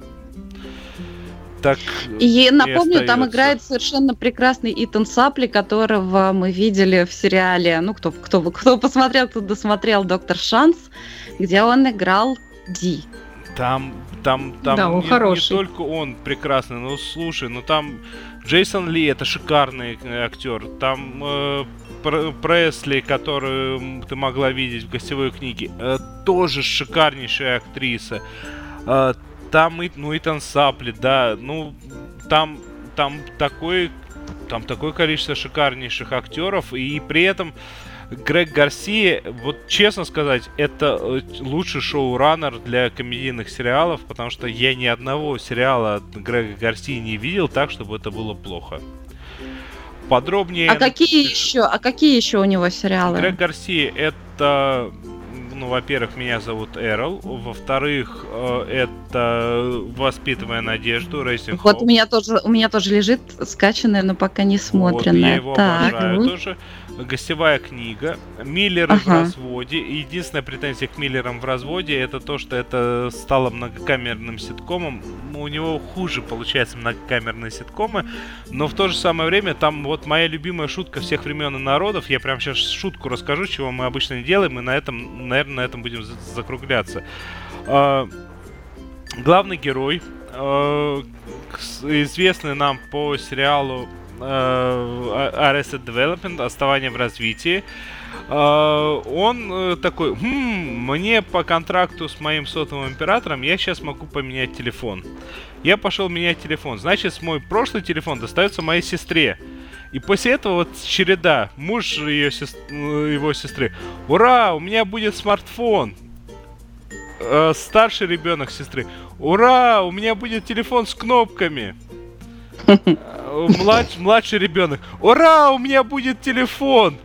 так И напомню, там остается. играет совершенно прекрасный Итан Сапли, которого мы видели в сериале, ну, кто, кто, кто посмотрел, кто досмотрел «Доктор Шанс», где он играл Ди. Там, там, там Да, он не, хороший. не только он прекрасный, но слушай, ну там Джейсон Ли, это шикарный э, актер. Там э, Пр- Пресли, которую м, ты могла видеть в гостевой книге, э, тоже шикарнейшая актриса. Э, там и, ну, Итан Сапли, да, ну там, там такое, там такое количество шикарнейших актеров, и при этом Грег Гарсия, вот честно сказать, это э, лучший шоураннер для комедийных сериалов, потому что я ни одного сериала от Грега Гарсии не видел так, чтобы это было плохо. Подробнее... А какие еще, а какие еще у него сериалы? Грег Гарсия это, ну, во-первых, меня зовут Эрл, во-вторых, э, это «Воспитывая надежду», Raising Вот у Hope. меня тоже, у меня тоже лежит скачанное, но пока не Вот, я смотренное. его Так. обожаю ну. тоже. Гостевая книга. Миллеры в Ага. разводе. И единственная претензия к Миллерам в разводе это то, что это стало многокамерным ситкомом. Ну, у него хуже получается многокамерные ситкомы. Но в то же самое время там вот моя любимая шутка всех времен и народов. Я прям сейчас шутку расскажу, чего мы обычно не делаем. И на этом, наверное, на этом будем за- закругляться. А, главный герой, а, с- известный нам по сериалу Arrested Development, «Оставание в развитии». Uh, он uh, такой, хм, мне по контракту с моим сотовым оператором я сейчас могу поменять телефон. Я пошел менять телефон. Значит, мой прошлый телефон достается моей сестре. И после этого вот череда. Муж ее сес- его сестры. Ура, у меня будет смартфон. Uh, старший ребенок сестры. Ура, у меня будет телефон с кнопками. Младш, младший ребенок. Ура, у меня будет телефон.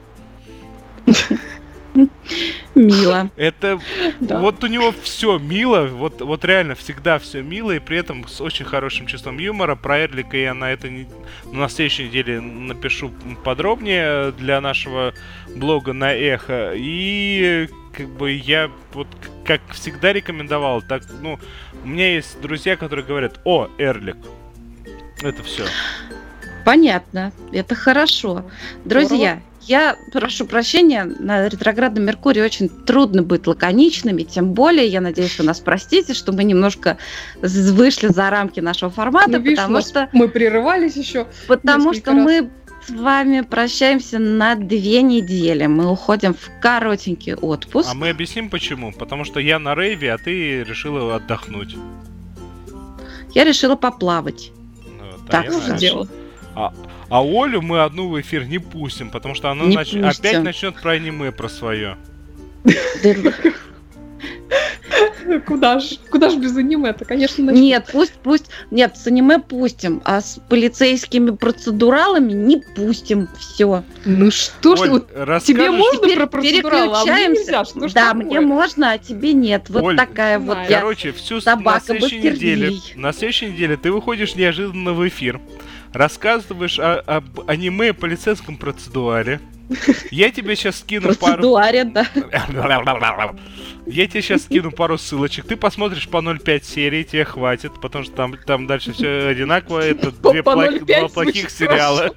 Мило. Это Да. вот у него все мило, вот, вот реально всегда все мило, и при этом с очень хорошим чувством юмора. Про Эрлика я на это не, на следующей неделе напишу подробнее для нашего блога на Эхо. И как бы я вот к- как всегда рекомендовал, так, ну, у меня есть друзья, которые говорят: о, Эрлик. Это все. Понятно, это хорошо. Друзья, я прошу прощения, на ретроградном Меркурии очень трудно быть лаконичными, тем более, я надеюсь, вы нас простите, что мы немножко з- вышли за рамки нашего формата, Ну, видишь, потому нас- что, мы прерывались еще. потому несколько что раз. мы с вами прощаемся на две недели. Мы уходим в коротенький отпуск. А мы объясним почему. Потому что я на рейве, а ты решила отдохнуть. Я решила поплавать. Вот, а Так я уж начал. дело. А, а Олю мы одну в эфир не пустим, потому что она Не нач- пустим. опять начнет про аниме про свое. Куда ж, куда ж без аниме-то, конечно, начнём. Нет, пусть, пусть, нет, с аниме пустим, а с полицейскими процедуралами не пустим. Все. Ну что ж, Оль, вот расскажешь- тебе можно Теперь про процедуралы, а мне переключаемся. нельзя, что ж Да, такое? мне можно, а тебе нет. Вот Оль, такая вот знаю. я. Короче, всю с- собака на следующей Баскервилей. неделе, на следующей неделе ты выходишь неожиданно в эфир, рассказываешь о- об аниме полицейском процедуаре. Я тебе сейчас скину пару... Процедуаре, да. Я тебе сейчас скину пару ссылочек. Ты посмотришь по ноль пять серий, тебе хватит, потому что там, там дальше все одинаково. Это По- две по плох- ноль пять два плохих звучит сериала.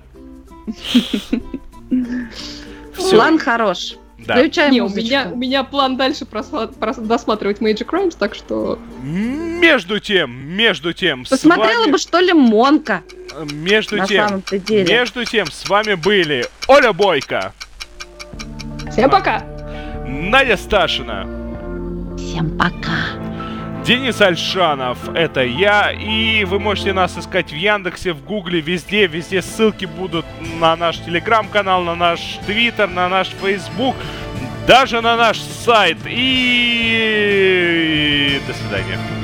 Всё. План хорош. Да. Включаем Не, у музычку. меня, у меня план дальше просма- прос- досматривать Magic Crimes, так что... Между тем, между тем, с Посмотрела вами- бы, что ли, Монка Между на тем, самом-то деле. между тем, с вами были Оля Бойко, Всем пока! Надя Сташина, Всем пока. Денис Альшанов, это я, и вы можете нас искать в Яндексе, в Гугле, везде, везде ссылки будут на наш Телеграм-канал, на наш Твиттер, на наш Фейсбук, даже на наш сайт, и до свидания.